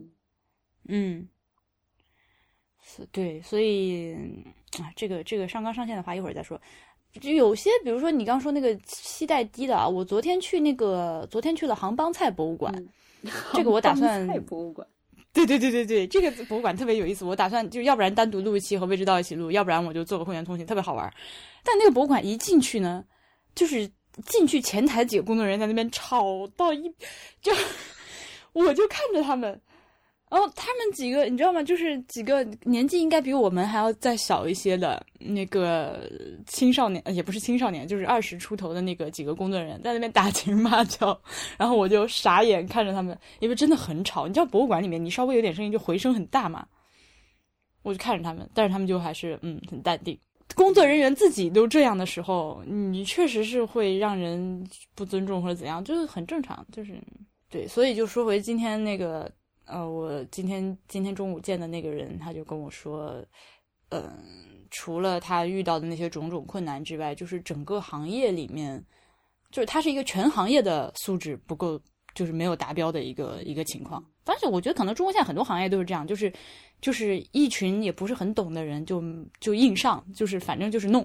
对，所以这个上纲上线的话一会儿再说。就有些比如说你刚说那个期待低的我昨天去了杭帮菜博物馆，这个我打算杭帮菜博物馆， 对，这个博物馆特别有意思，我打算就要不然单独录一期和未知道一起录，要不然我就做个会员通信，特别好玩。但那个博物馆一进去呢，就是进去前台几个工作人员在那边吵到我就看着他们。然后他们几个你知道吗，就是几个年纪应该比我们还要再小一些的那个青少年，也不是青少年，就是20出头的那个几个工作人员在那边打情骂俏，然后我就傻眼看着他们，因为真的很吵，你知道博物馆里面你稍微有点声音就回声很大嘛，我就看着他们，但是他们就还是很淡定。工作人员自己都这样的时候，你确实是会让人不尊重或者怎样，就是很正常，就是对。所以就说回今天那个我今天中午见的那个人，他就跟我说，除了他遇到的那些种种困难之外，就是整个行业里面，就是他是一个全行业的素质不够，就是没有达标的一个情况。但是我觉得可能中国现在很多行业都是这样，就是一群也不是很懂的人就硬上，就是反正就是弄。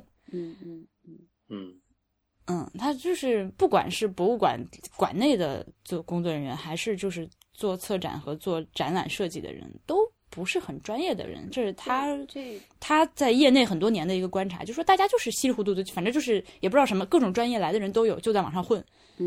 他就是不管是博物馆内的做工作人员，还是就是做策展和做展览设计的人都不是很专业的人，这是他在业内很多年的一个观察，就说大家就是稀里糊涂的，反正就是也不知道什么，各种专业来的人都有，就在网上混。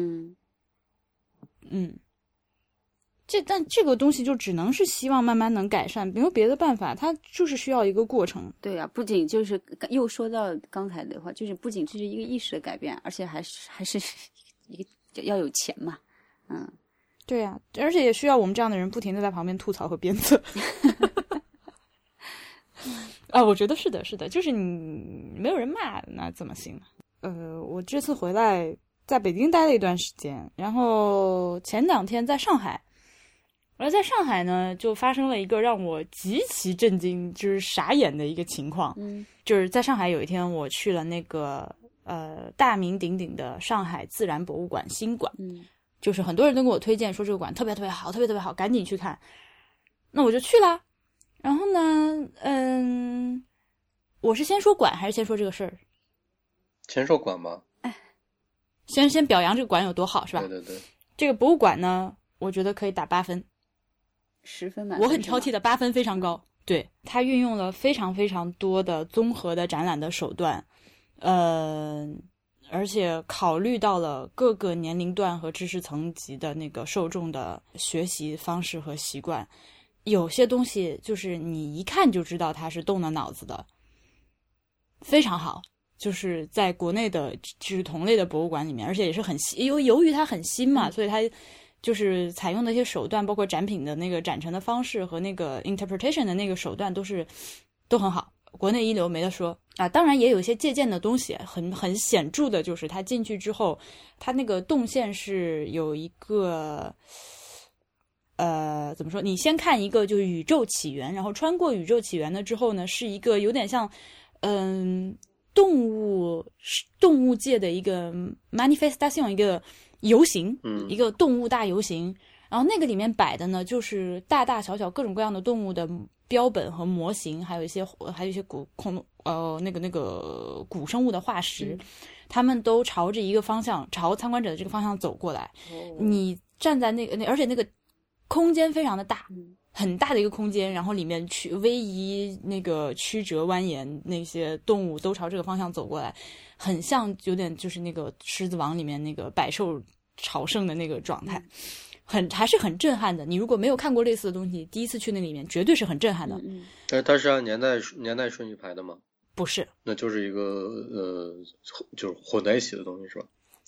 但这个东西就只能是希望慢慢能改善，没有别的办法，它就是需要一个过程。 对啊，不仅就是又说到刚才的话，就是不仅这是一个意识的改变，而且还是一个要有钱嘛。 对啊，而且也需要我们这样的人不停的在旁边吐槽和鞭策。我觉得是的，就是你没有人骂，那怎么行呢？我这次回来在北京待了一段时间，然后前2天在上海。而在上海呢，就发生了一个让我极其震惊，就是傻眼的一个情况。就是在上海有一天，我去了那个大名鼎鼎的上海自然博物馆新馆。就是很多人都给我推荐说这个馆特别特别好，特别特别好，赶紧去看。那我就去了。然后呢，我是先说馆还是先说这个事儿？ 先说馆吧。 先表扬这个馆有多好，是吧？ 对。 这个博物馆呢，我觉得可以打8分。 10分满分。 我很挑剔的8分非常高。对，它运用了非常非常多的综合的展览的手段，而且考虑到了各个年龄段和知识层级的那个受众的学习方式和习惯。有些东西就是你一看就知道它是动了脑子的，非常好。就是在国内的就是同类的博物馆里面，而且也是很新，由于它很新嘛，所以它就是采用的一些手段，包括展品的那个展陈的方式和那个 interpretation 的那个手段都很好，国内一流没得说啊。当然也有一些借鉴的东西，很显著的就是它进去之后，它那个动线是有一个怎么说？你先看一个就是宇宙起源，然后穿过宇宙起源了之后呢，是一个有点像动物界的一个 manifestation， 一个游行，一个动物大游行。然后那个里面摆的呢，就是大大小小各种各样的动物的标本和模型，还有一些那个古生物的化石，他们都朝着一个方向，朝参观者的这个方向走过来。你站在而且那个空间非常的大。很大的一个空间，然后里面逶迤那个曲折蜿蜒，那些动物都朝这个方向走过来，很像有点就是那个《狮子王》里面那个百兽朝圣的那个状态，还是很震撼的。你如果没有看过类似的东西，第一次去那里面绝对是很震撼的。 但是它是按年代顺序排的吗？ 不是， 那就是一个就是混在一起的东西是吧？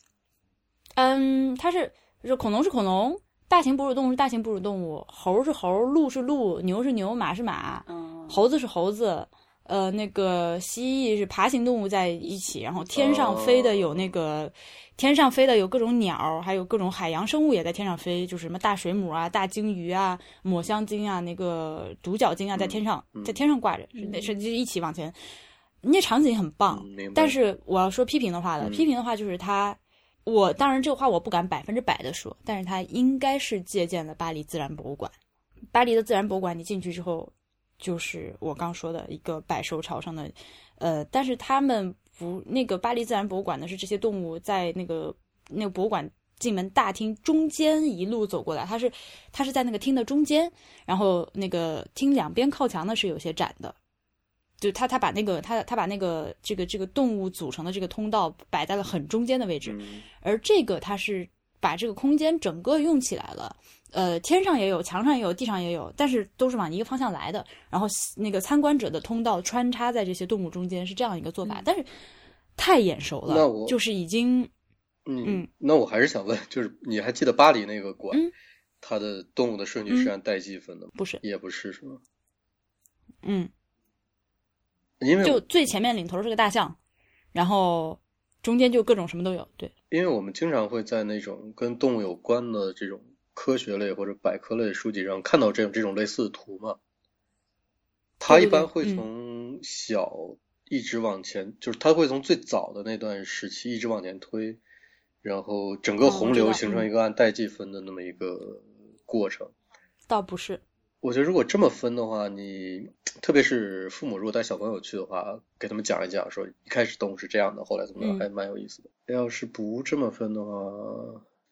它是恐龙是恐龙。大型哺乳动物是大型哺乳动物，猴是猴，鹿是鹿，牛是牛，马是马，猴子是猴子，那个蜥蜴是爬行动物在一起，然后天上飞的有各种鸟，还有各种海洋生物也在天上飞，就是什么大水母啊、大鲸鱼啊、抹香鲸啊、那个独角鲸啊，在天上挂着，是一起往前，那场景很棒。但是我要说批评的话就是它。当然这个话我不敢100%的说，但是它应该是借鉴了巴黎自然博物馆。巴黎的自然博物馆你进去之后，就是我刚说的一个百兽朝圣的，但是他们那个巴黎自然博物馆呢，是这些动物在那个博物馆进门大厅中间一路走过来，它是在那个厅的中间，然后那个厅两边靠墙呢是有些展的。就他把那个这个动物组成的这个通道摆在了很中间的位置，而这个他是把这个空间整个用起来了，天上也有，墙上也有，地上也有，但是都是往一个方向来的，然后那个参观者的通道穿插在这些动物中间，是这样一个做法，但是太眼熟了，就是已经那我还是想问，就是你还记得巴黎那个馆，它的动物的顺序是按代际分的吗？ 不是， 也不是，是吗？ 因为就最前面领头是个大象，然后中间就各种什么都有。对， 因为我们经常会在那种跟动物有关的这种科学类或者百科类书籍上看到这种类似的图嘛。它一般会从小一直往前，就是它会从最早的那段时期一直往前推，然后整个洪流形成一个按代际分的那么一个过程。 倒不是。 我觉得如果这么分的话，你特别是父母如果带小朋友去的话，给他们讲一讲，说一开始动物是这样的，后来怎么样，还蛮有意思的。要是不这么分的话，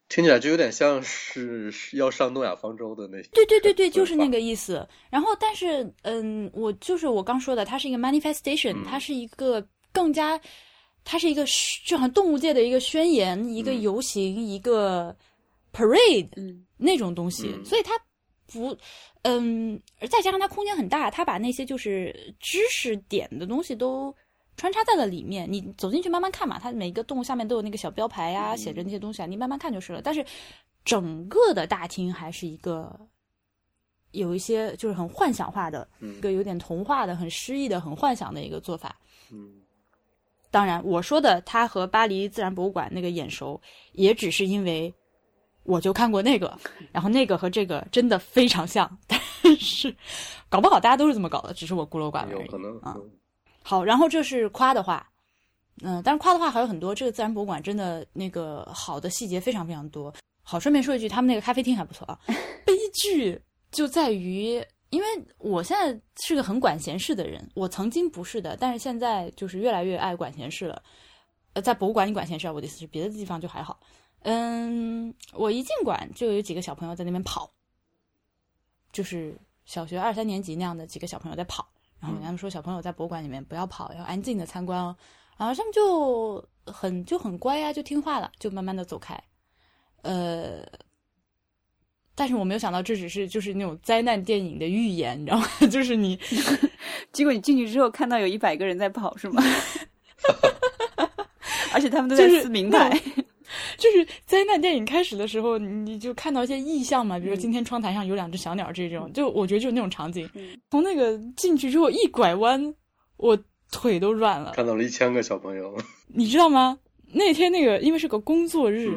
听起来就有点像是要上诺亚方舟的那。 对，就是那个意思。然后，但是，我刚说的，它是一个 manifestation，它是一个更加，它是一个就好像动物界的一个宣言，一个游行，一个 parade，那种东西。所以它不，再加上它空间很大，它把那些就是知识点的东西都穿插在了里面，你走进去慢慢看嘛，它每一个洞下面都有那个小标牌啊，写着那些东西啊，你慢慢看就是了。但是整个的大厅还是一个有一些就是很幻想化的，一个有点童话的、很诗意的、很幻想的一个做法。当然我说的它和巴黎自然博物馆那个眼熟，也只是因为我就看过那个，然后那个和这个真的非常像，但是搞不好大家都是这么搞的，只是我孤陋寡闻而已。 有可能啊。 好，然后这是夸的话，但是夸的话还有很多。这个自然博物馆真的那个好的细节非常非常多。好，顺便说一句，他们那个咖啡厅还不错啊。悲剧就在于，因为我现在是个很管闲事的人，我曾经不是的，但是现在就是越来越爱管闲事了。在博物馆里管闲事，我的意思是别的地方就还好。我一进馆就有几个小朋友在那边跑，就是小学2、3年级那样的几个小朋友在跑。然后我跟他们说，小朋友在博物馆里面不要跑，要安静的参观哦。然后他们就很乖啊，就听话了，就慢慢的走开。但是我没有想到这只是就是那种灾难电影的预言，你知道吗？就是你， 结果你进去之后看到有100个人在跑，是吗？而且他们都在撕名牌。 就是灾难电影开始的时候，你就看到一些意象嘛，比如说今天窗台上有2只小鸟这种，就我觉得就是那种场景。从那个进去之后一拐弯，我腿都软了。 看到了1000个小朋友， 你知道吗？那天那个因为是个工作日，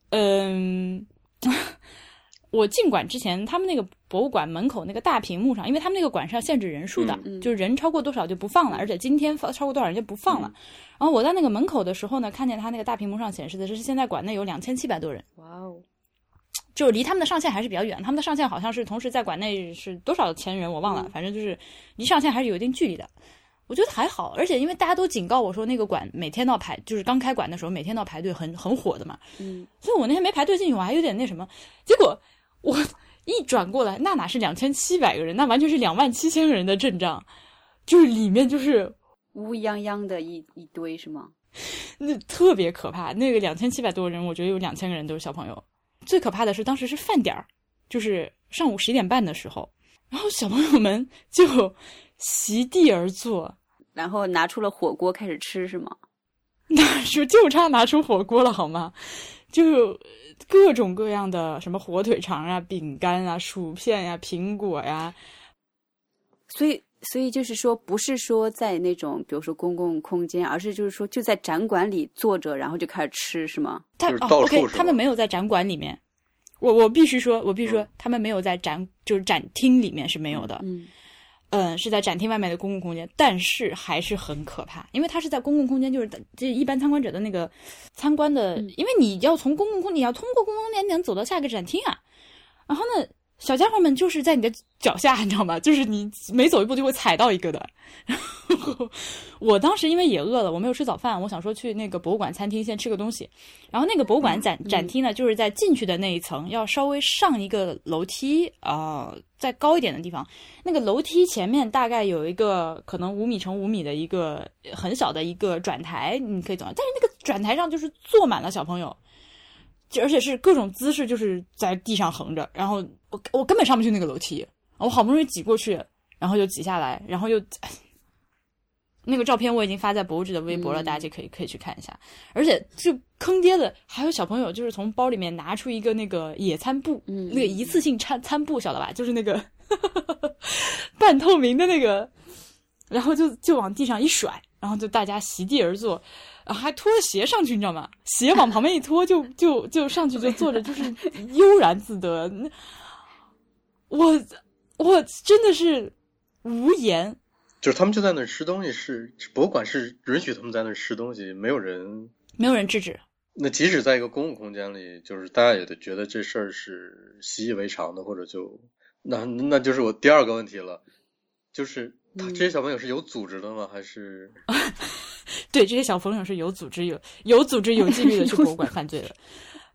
我进馆之前，他们那个博物馆门口那个大屏幕上，因为他们那个馆是要限制人数的，就是人超过多少就不放了，而且今天超过多少人就不放了。然后我在那个门口的时候呢，看见他那个大屏幕上显示的是现在馆内有2700多人。 哇哦！ 就离他们的上限还是比较远，他们的上限好像是同时在馆内是多少千人我忘了，反正就是离上限还是有一定距离的。我觉得还好，而且因为大家都警告我说那个馆每天都要排，就是刚开馆的时候每天都要排队，很火的嘛。所以我那天没排队进去，我还有点那什么。结果我一转过来，那哪是2700个人，那完全是27000个人的阵仗，就是里面就是乌泱泱的一堆，是吗？ 那特别可怕。那个2700多人，我觉得有2000个人都是小朋友。最可怕的是当时是饭点儿，就是上午11点半的时候，然后小朋友们就席地而坐， 然后拿出了火锅开始吃，是吗？ 就差拿出火锅了好吗？就各种各样的什么火腿肠啊、饼干啊、薯片呀、苹果呀。 所以就是说，不是说在那种比如说公共空间，而是就是说就在展馆里坐着，然后就开始吃，是吗？ 就是到处 OK， 他们没有在展馆里面。我必须说，他们没有在展厅里面是没有的。是在展厅外面的公共空间，但是还是很可怕，因为它是在公共空间，就是一般参观者的那个参观的，因为你要从公共空，你要通过公共空间，你能走到下一个展厅啊。然后呢，小家伙们就是在你的脚下，你知道吗？就是你每走一步就会踩到一个的。然后我当时因为也饿了，我没有吃早饭，我想说去那个博物馆餐厅先吃个东西。然后那个博物馆展厅呢，就是在进去的那一层，要稍微上一个楼梯再高一点的地方。那个楼梯前面大概有一个可能5米乘5米的一个很小的一个转台，你可以走上。但是那个转台上就是坐满了小朋友，而且是各种姿势，就是在地上横着。然后我根本上不去那个楼梯，我好不容易挤过去，然后又挤下来，然后又那个照片我已经发在博物志的微博了，大家就可以去看一下。而且就坑爹的还有小朋友，就是从包里面拿出一个那个野餐布，那个一次性餐布，晓得吧？就是那个半透明的那个，然后就往地上一甩，然后就大家席地而坐，还拖着鞋上去，你知道吗？鞋往旁边一拖，就上去就坐着，就是悠然自得。我真的是无言。 就是他们就在那儿吃东西，是博物馆是允许他们在那儿吃东西，没有人制止。 那即使在一个公共空间里，就是大家也得觉得这事儿是习以为常的，或者就那就是我第二个问题了，就是这些小朋友是有组织的吗？还是对，这些小朋友是有组织有纪律的去博物馆犯罪的。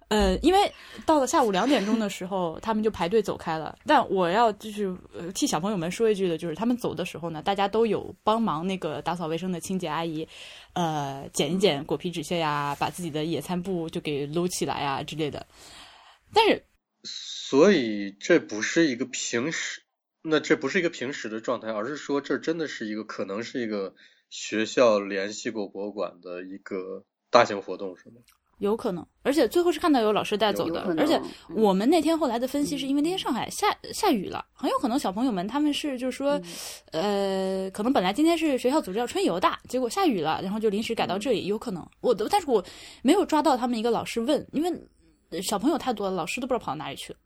因为到了下午2点钟的时候，他们就排队走开了。但我要就是替小朋友们说一句的，就是他们走的时候呢，大家都有帮忙那个打扫卫生的清洁阿姨，捡一捡果皮纸屑呀，把自己的野餐布就给搂起来啊之类的。但是， 所以这不是一个平时，那这不是一个平时的状态，而是说这真的是一个可能是一个学校联系过博物馆的一个大型活动，是吗？ 有可能，而且最后是看到有老师带走的，而且我们那天后来的分析是因为那天上海下雨了，很有可能小朋友们他们是就是说，可能本来今天是学校组织要春游的，结果下雨了，然后就临时改到这里，有可能。但是我没有抓到他们一个老师问，因为小朋友太多了，老师都不知道跑到哪里去了。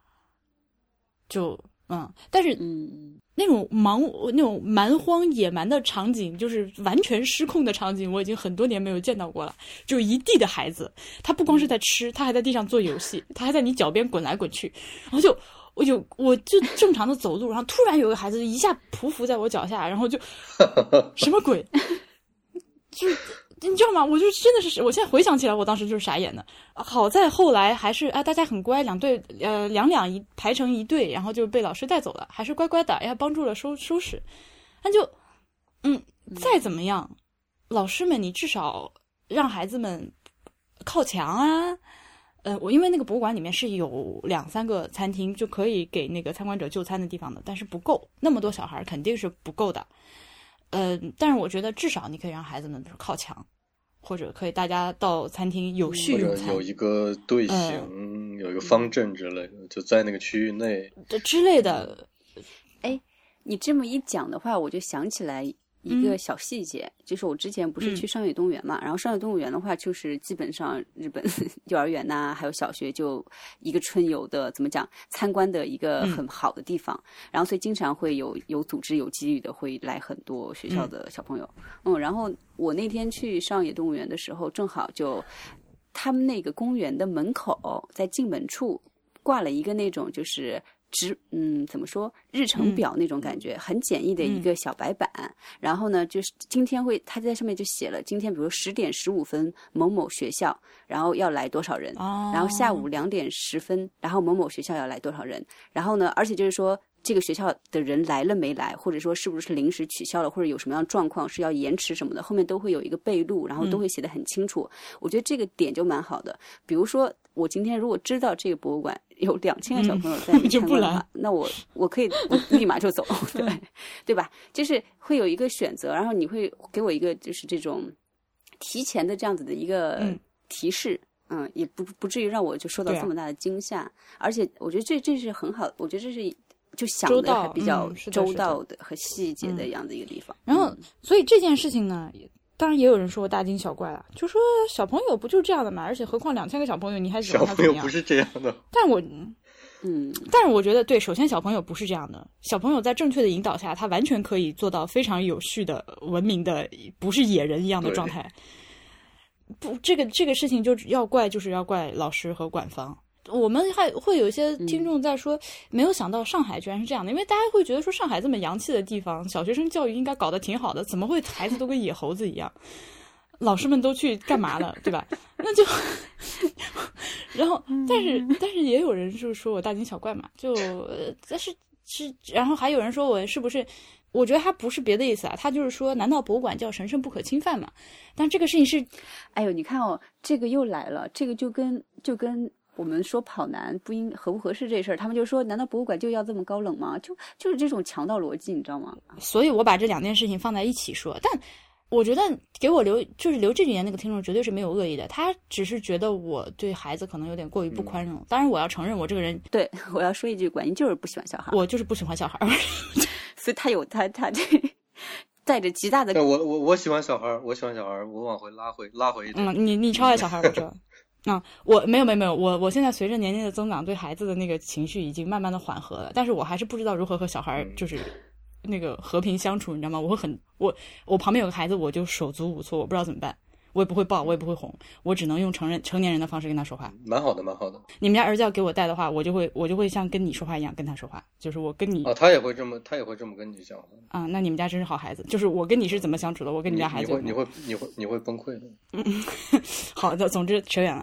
但是那种蛮荒野蛮的场景，就是完全失控的场景，我已经很多年没有见到过了。就一地的孩子，他不光是在吃，他还在地上做游戏，他还在你脚边滚来滚去，然后我就正常的走路，然后突然有个孩子一下匍匐在我脚下，然后就什么鬼？就是你知道吗？我就真的是，我现在回想起来，我当时就是傻眼的。好在后来还是大家很乖，两两排成一队，然后就被老师带走了，还是乖乖的，帮助了收拾。那就再怎么样，老师们你至少让孩子们靠墙啊。我因为那个博物馆里面是有2-3个餐厅，就可以给那个参观者就餐的地方的，但是不够，那么多小孩肯定是不够的。但是我觉得至少你可以让孩子们靠墙，或者可以大家到餐厅有序用餐， 或者有一个队形，有一个方阵之类的，就在那个区域内之类的。 你这么一讲的话，我就想起来一个小细节，就是我之前不是去上野动物园嘛，然后上野动物园的话，就是基本上日本幼儿园呐，还有小学就一个春游的怎么讲参观的一个很好的地方，然后所以经常会有组织有纪律的会来很多学校的小朋友，然后我那天去上野动物园的时候，正好就他们那个公园的门口在进门处挂了一个那种就是怎么说日程表那种感觉，很简易的一个小白板，然后呢就是今天他在上面就写了今天比如10点15分某某学校然后要来多少人，然后下午2点10分然后某某学校要来多少人，然后呢而且就是说这个学校的人来了没来，或者说是不是临时取消了，或者有什么样的状况是要延迟什么的，后面都会有一个备录，然后都会写得很清楚。我觉得这个点就蛮好的。比如说我今天如果知道这个博物馆有2000个小朋友在参观的话，那我可以立马就走，对吧？就是会有一个选择，然后你会给我一个就是这种提前的这样子的一个提示。也不至于让我就受到这么大的惊吓，而且我觉得这是很好，我觉得这是就想的还比较周到的和细节的样的一个地方。 然后，所以这件事情呢，当然也有人说我大惊小怪了，就说小朋友不就这样的嘛，而且何况2000个小朋友，你还指望他怎么样？ 小朋友不是这样的。 但是我觉得对，首先小朋友不是这样的，小朋友在正确的引导下，他完全可以做到非常有序的、文明的，不是野人一样的状态。不，这个事情就是要怪老师和馆方。我们还会有一些听众在说，没有想到上海居然是这样的，因为大家会觉得说上海这么洋气的地方，小学生教育应该搞得挺好的，怎么会孩子都跟野猴子一样？老师们都去干嘛了，对吧？那就，然后，但是也有人就是说我大惊小怪嘛，但是然后还有人说我是不是？我觉得他不是别的意思啊，他就是说，难道博物馆叫神圣不可侵犯吗？但这个事情是， 哎呦，你看哦，这个又来了，这个就跟我们说跑男合不合适这事儿，他们就说，难道博物馆就要这么高冷吗？就是这种强盗逻辑，你知道吗？ 所以我把这2件事情放在一起说，但我觉得给我留这几年那个听众绝对是没有恶意的，他只是觉得我对孩子可能有点过于不宽容。当然，我要承认我这个人， 对，我要说一句，管你就是不喜欢小孩， 我就是不喜欢小孩。 所以他有他这带着极大的。 我喜欢小孩，我往回拉回一点。 你超爱小孩，我知道。我没有，我现在随着年龄的增长，对孩子的那个情绪已经慢慢的缓和了，但是我还是不知道如何和小孩就是那个和平相处，你知道吗？我旁边有个孩子，我就手足无措，我不知道怎么办。我也不会抱，我也不会哄，我只能用成年人的方式跟他说话。 蛮好的。 你们家儿子要给我带的话，我就会像跟你说话一样跟他说话，就是我跟你他也会这么跟你讲话啊。那你们家真是好孩子，就是我跟你是怎么相处的，我跟你家孩子你会崩溃的。 好的，总之扯远了。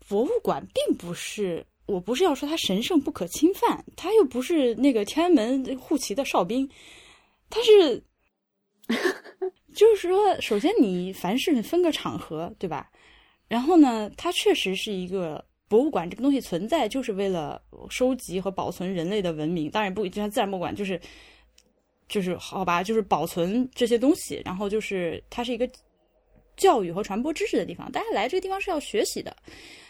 博物馆并不是，我不是要说它神圣不可侵犯，它又不是那个天安门护旗的哨兵，它是就是说，首先你凡事分个场合，对吧？然后呢，它确实是一个博物馆，这个东西存在就是为了收集和保存人类的文明，当然不就像自然博物馆就是好吧，就是保存这些东西，然后就是它是一个教育和传播知识的地方，大家来这个地方是要学习的。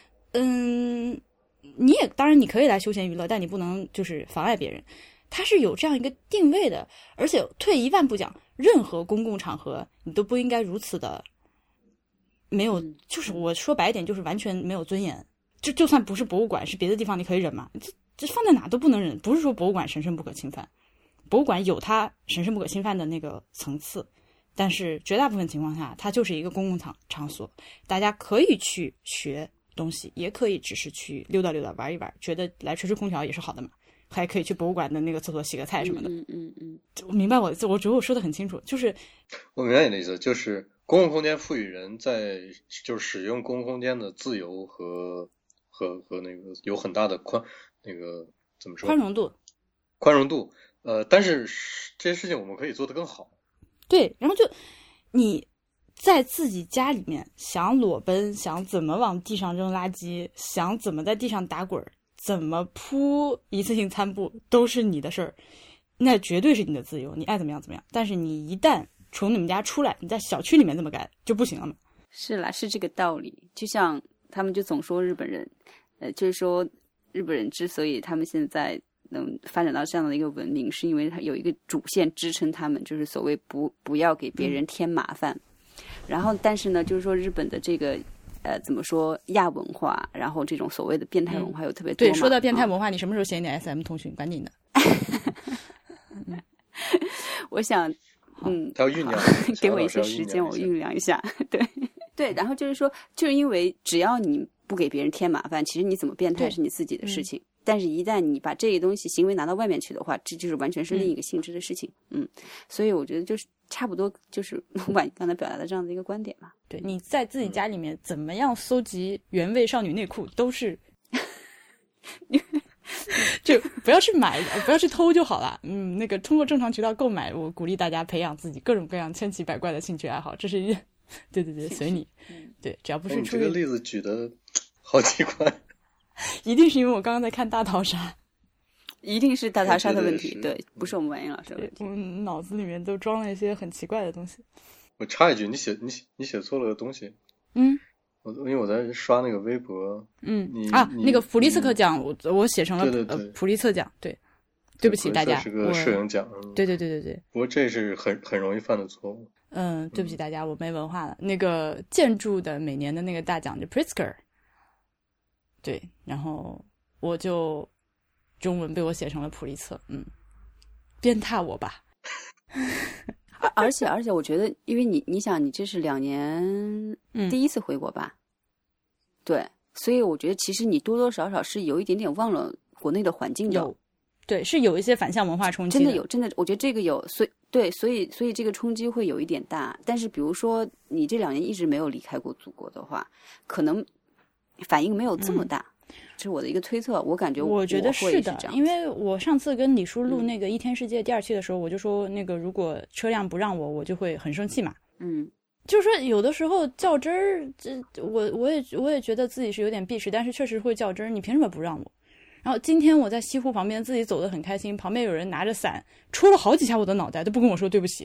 你也当然你可以来休闲娱乐，但你不能就是妨碍别人。它是有这样一个定位的，而且退一万步讲，任何公共场合你都不应该如此的没有，就是我说白一点，就是完全没有尊严。就算不是博物馆，是别的地方，你可以忍吗？这放在哪都不能忍。不是说博物馆神圣不可侵犯，博物馆有它神圣不可侵犯的那个层次，但是绝大部分情况下，它就是一个公共场所，大家可以去学东西，也可以只是去溜达溜达玩一玩，觉得来吹吹空调也是好的嘛。还可以去博物馆的那个厕所洗个菜什么的。我明白我觉得我说的很清楚，就是我明白你的意思，就是公共空间赋予人在就是使用公共空间的自由和那个有很大的怎么说宽容度，但是这些事情我们可以做得更好。 对，然后就你在自己家里面想裸奔，想怎么往地上扔垃圾，想怎么在地上打滚，怎么铺一次性餐布都是你的事儿，那绝对是你的自由，你爱怎么样怎么样。但是你一旦从你们家出来，你在小区里面这么干就不行了嘛。 是啦，是这个道理。就像他们就总说日本人，就是说日本人之所以他们现在能发展到这样的一个文明，是因为他有一个主线支撑他们，就是所谓不要给别人添麻烦。然后但是呢，就是说日本的这个怎么说亚文化，然后这种所谓的变态文化又特别多嘛。 对，说到变态文化，你什么时候写一点 SM 通讯？赶紧的。 我想， 他要酝酿， 给我一些时间，我酝酿一下。对，然后就是说，就是因为只要你不给别人添麻烦，其实你怎么变态是你自己的事情。但是一旦你把这个东西行为拿到外面去的话，这就是完全是另一个性质的事情。所以我觉得就是差不多就是婉刚才表达的这样的一个观点嘛。 对，你在自己家里面怎么样搜集原味少女内裤都是就不要去买，不要去偷就好了。那个通过正常渠道购买，我鼓励大家培养自己各种各样千奇百怪的兴趣爱好，这是一件对，随你。对，只要不是出这个例子举得好奇怪。 一定是因为我刚刚在看大逃杀， 一定是大逃杀的问题。对，不是我们婉英老师的问题。 我脑子里面都装了一些很奇怪的东西。 我插一句，你写错了个东西。因为我在刷那个微博。 那个普利策克奖，我写成了普利策奖。对不起大家， 是个摄影奖。 对。 不过这是很容易犯的错误。 对不起大家，我没文化了。那个建筑的每年的那个大奖就 Pritzker。对，然后我就中文被我写成了普利策。鞭挞我吧。 而且我觉得，因为你想，你这是2年第一次回国吧？对，所以我觉得其实你多多少少是有一点点忘了国内的环境的。 对，是有一些反向文化冲击的。 真的，我觉得这个有，所以这个冲击会有一点大。但是比如说你这2年一直没有离开过祖国的话，可能反应没有这么大。这是我的一个推测，我感觉我觉得是的， 因为我上次跟李叔录那个一天世界第2期的时候，我就说那个如果车辆不让我就会很生气嘛。就是说有的时候较真儿，我也觉得自己是有点避世，但是确实会较真儿，你凭什么不让我？然后今天我在西湖旁边自己走得很开心，旁边有人拿着伞戳了好几下我的脑袋，都不跟我说对不起。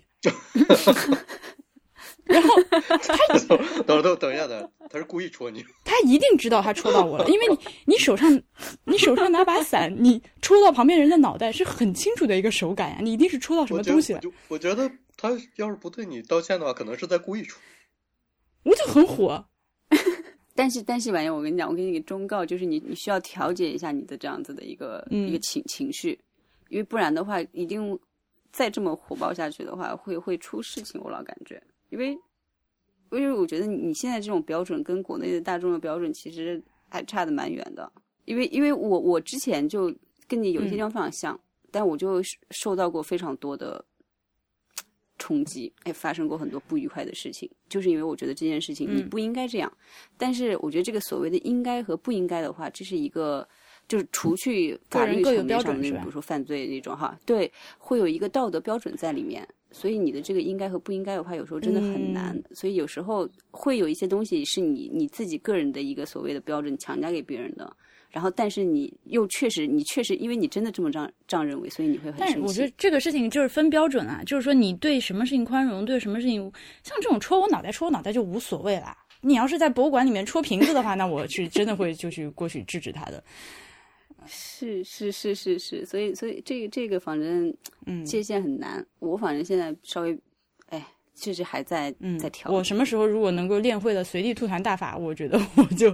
然后等一下的，他是故意戳你。 他一定知道他戳到我了，因为你手上拿把伞，你戳到旁边人的脑袋是很清楚的一个手感呀，你一定是戳到什么东西了。 我觉得他要是不对你道歉的话，可能是在故意戳。 我就很火。 但是婉言，我跟你讲，我给你一个忠告，就是你需要调节一下你的这样子的一个情绪，因为不然的话，一定再这么火爆下去的话，会出事情。我老感觉，因为我觉得你现在这种标准跟国内的大众的标准其实还差得蛮远的。因为我之前就跟你有一些地方非常像，但我就受到过非常多的冲击，发生过很多不愉快的事情，就是因为我觉得这件事情你不应该这样。但是我觉得这个所谓的应该和不应该的话，这是一个就是除去法律层面上的，比如说犯罪那种哈，对，会有一个道德标准在里面。所以你的这个应该和不应该的话，有时候真的很难。所以有时候会有一些东西是你自己个人的一个所谓的标准强加给别人的。然后，但是你确实，因为你真的这么这样认为，所以你会很生气。 但是我觉得这个事情就是分标准啊，就是说你对什么事情宽容，对什么事情，像这种戳我脑袋就无所谓啦。你要是在博物馆里面戳瓶子的话，那我是真的会就去过去制止他的。 是，所以这个反正界限很难。我反正现在稍微确实还在调。 我什么时候如果能够练会了随地吐痰大法，我觉得我就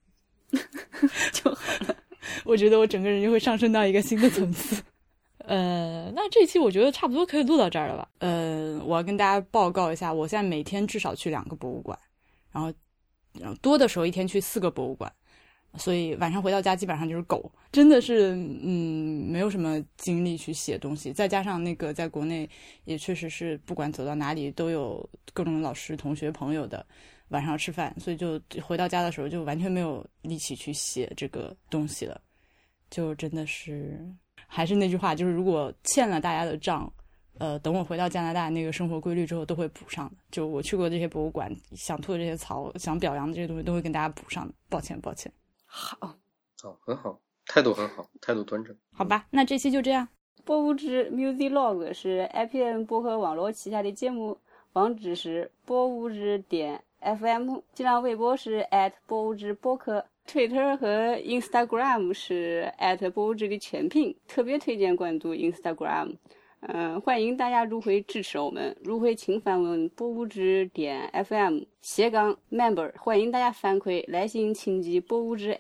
好了。 我觉得我整个人就会上升到一个新的层次。那这期我觉得差不多可以录到这儿了吧。我要跟大家报告一下，我现在每天至少去2个博物馆，然后多的时候一天去4个博物馆，所以晚上回到家基本上就是狗，真的是没有什么精力去写东西。再加上那个在国内也确实是不管走到哪里都有各种老师同学朋友的晚上吃饭，所以就回到家的时候就完全没有力气去写这个东西了。就真的是还是那句话，就是如果欠了大家的账，等我回到加拿大那个生活规律之后都会补上的。就我去过这些博物馆，想吐的这些槽，想表扬的这些东西都会跟大家补上的。抱歉。 好， 很好，态度很好，态度端正。 好吧，那这期就这样。 博物志 Music Log 是 IPN 播客网络旗下的节目，网址是博物志.fm， 新浪微博是博物志播客，Twitter 和 Instagram 是博物志的全拼，特别推荐关注 Instagram。欢迎大家入会支持我们，入会请访问博物志.fm/member， 欢迎大家反馈来信请寄博物志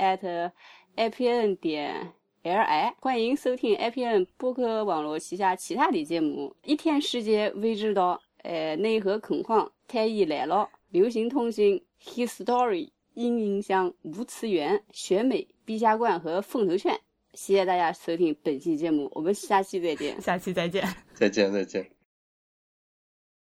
@ipn.li， 欢迎收听 IPN 播客网络旗下其他的节目，一天世界未知道，内核空旷，太医来了，流行通讯 History， 音影像无次元，选美，陛下观和凤头犬。谢谢大家收听本期节目，我们下期再见。 下期再见。 再见。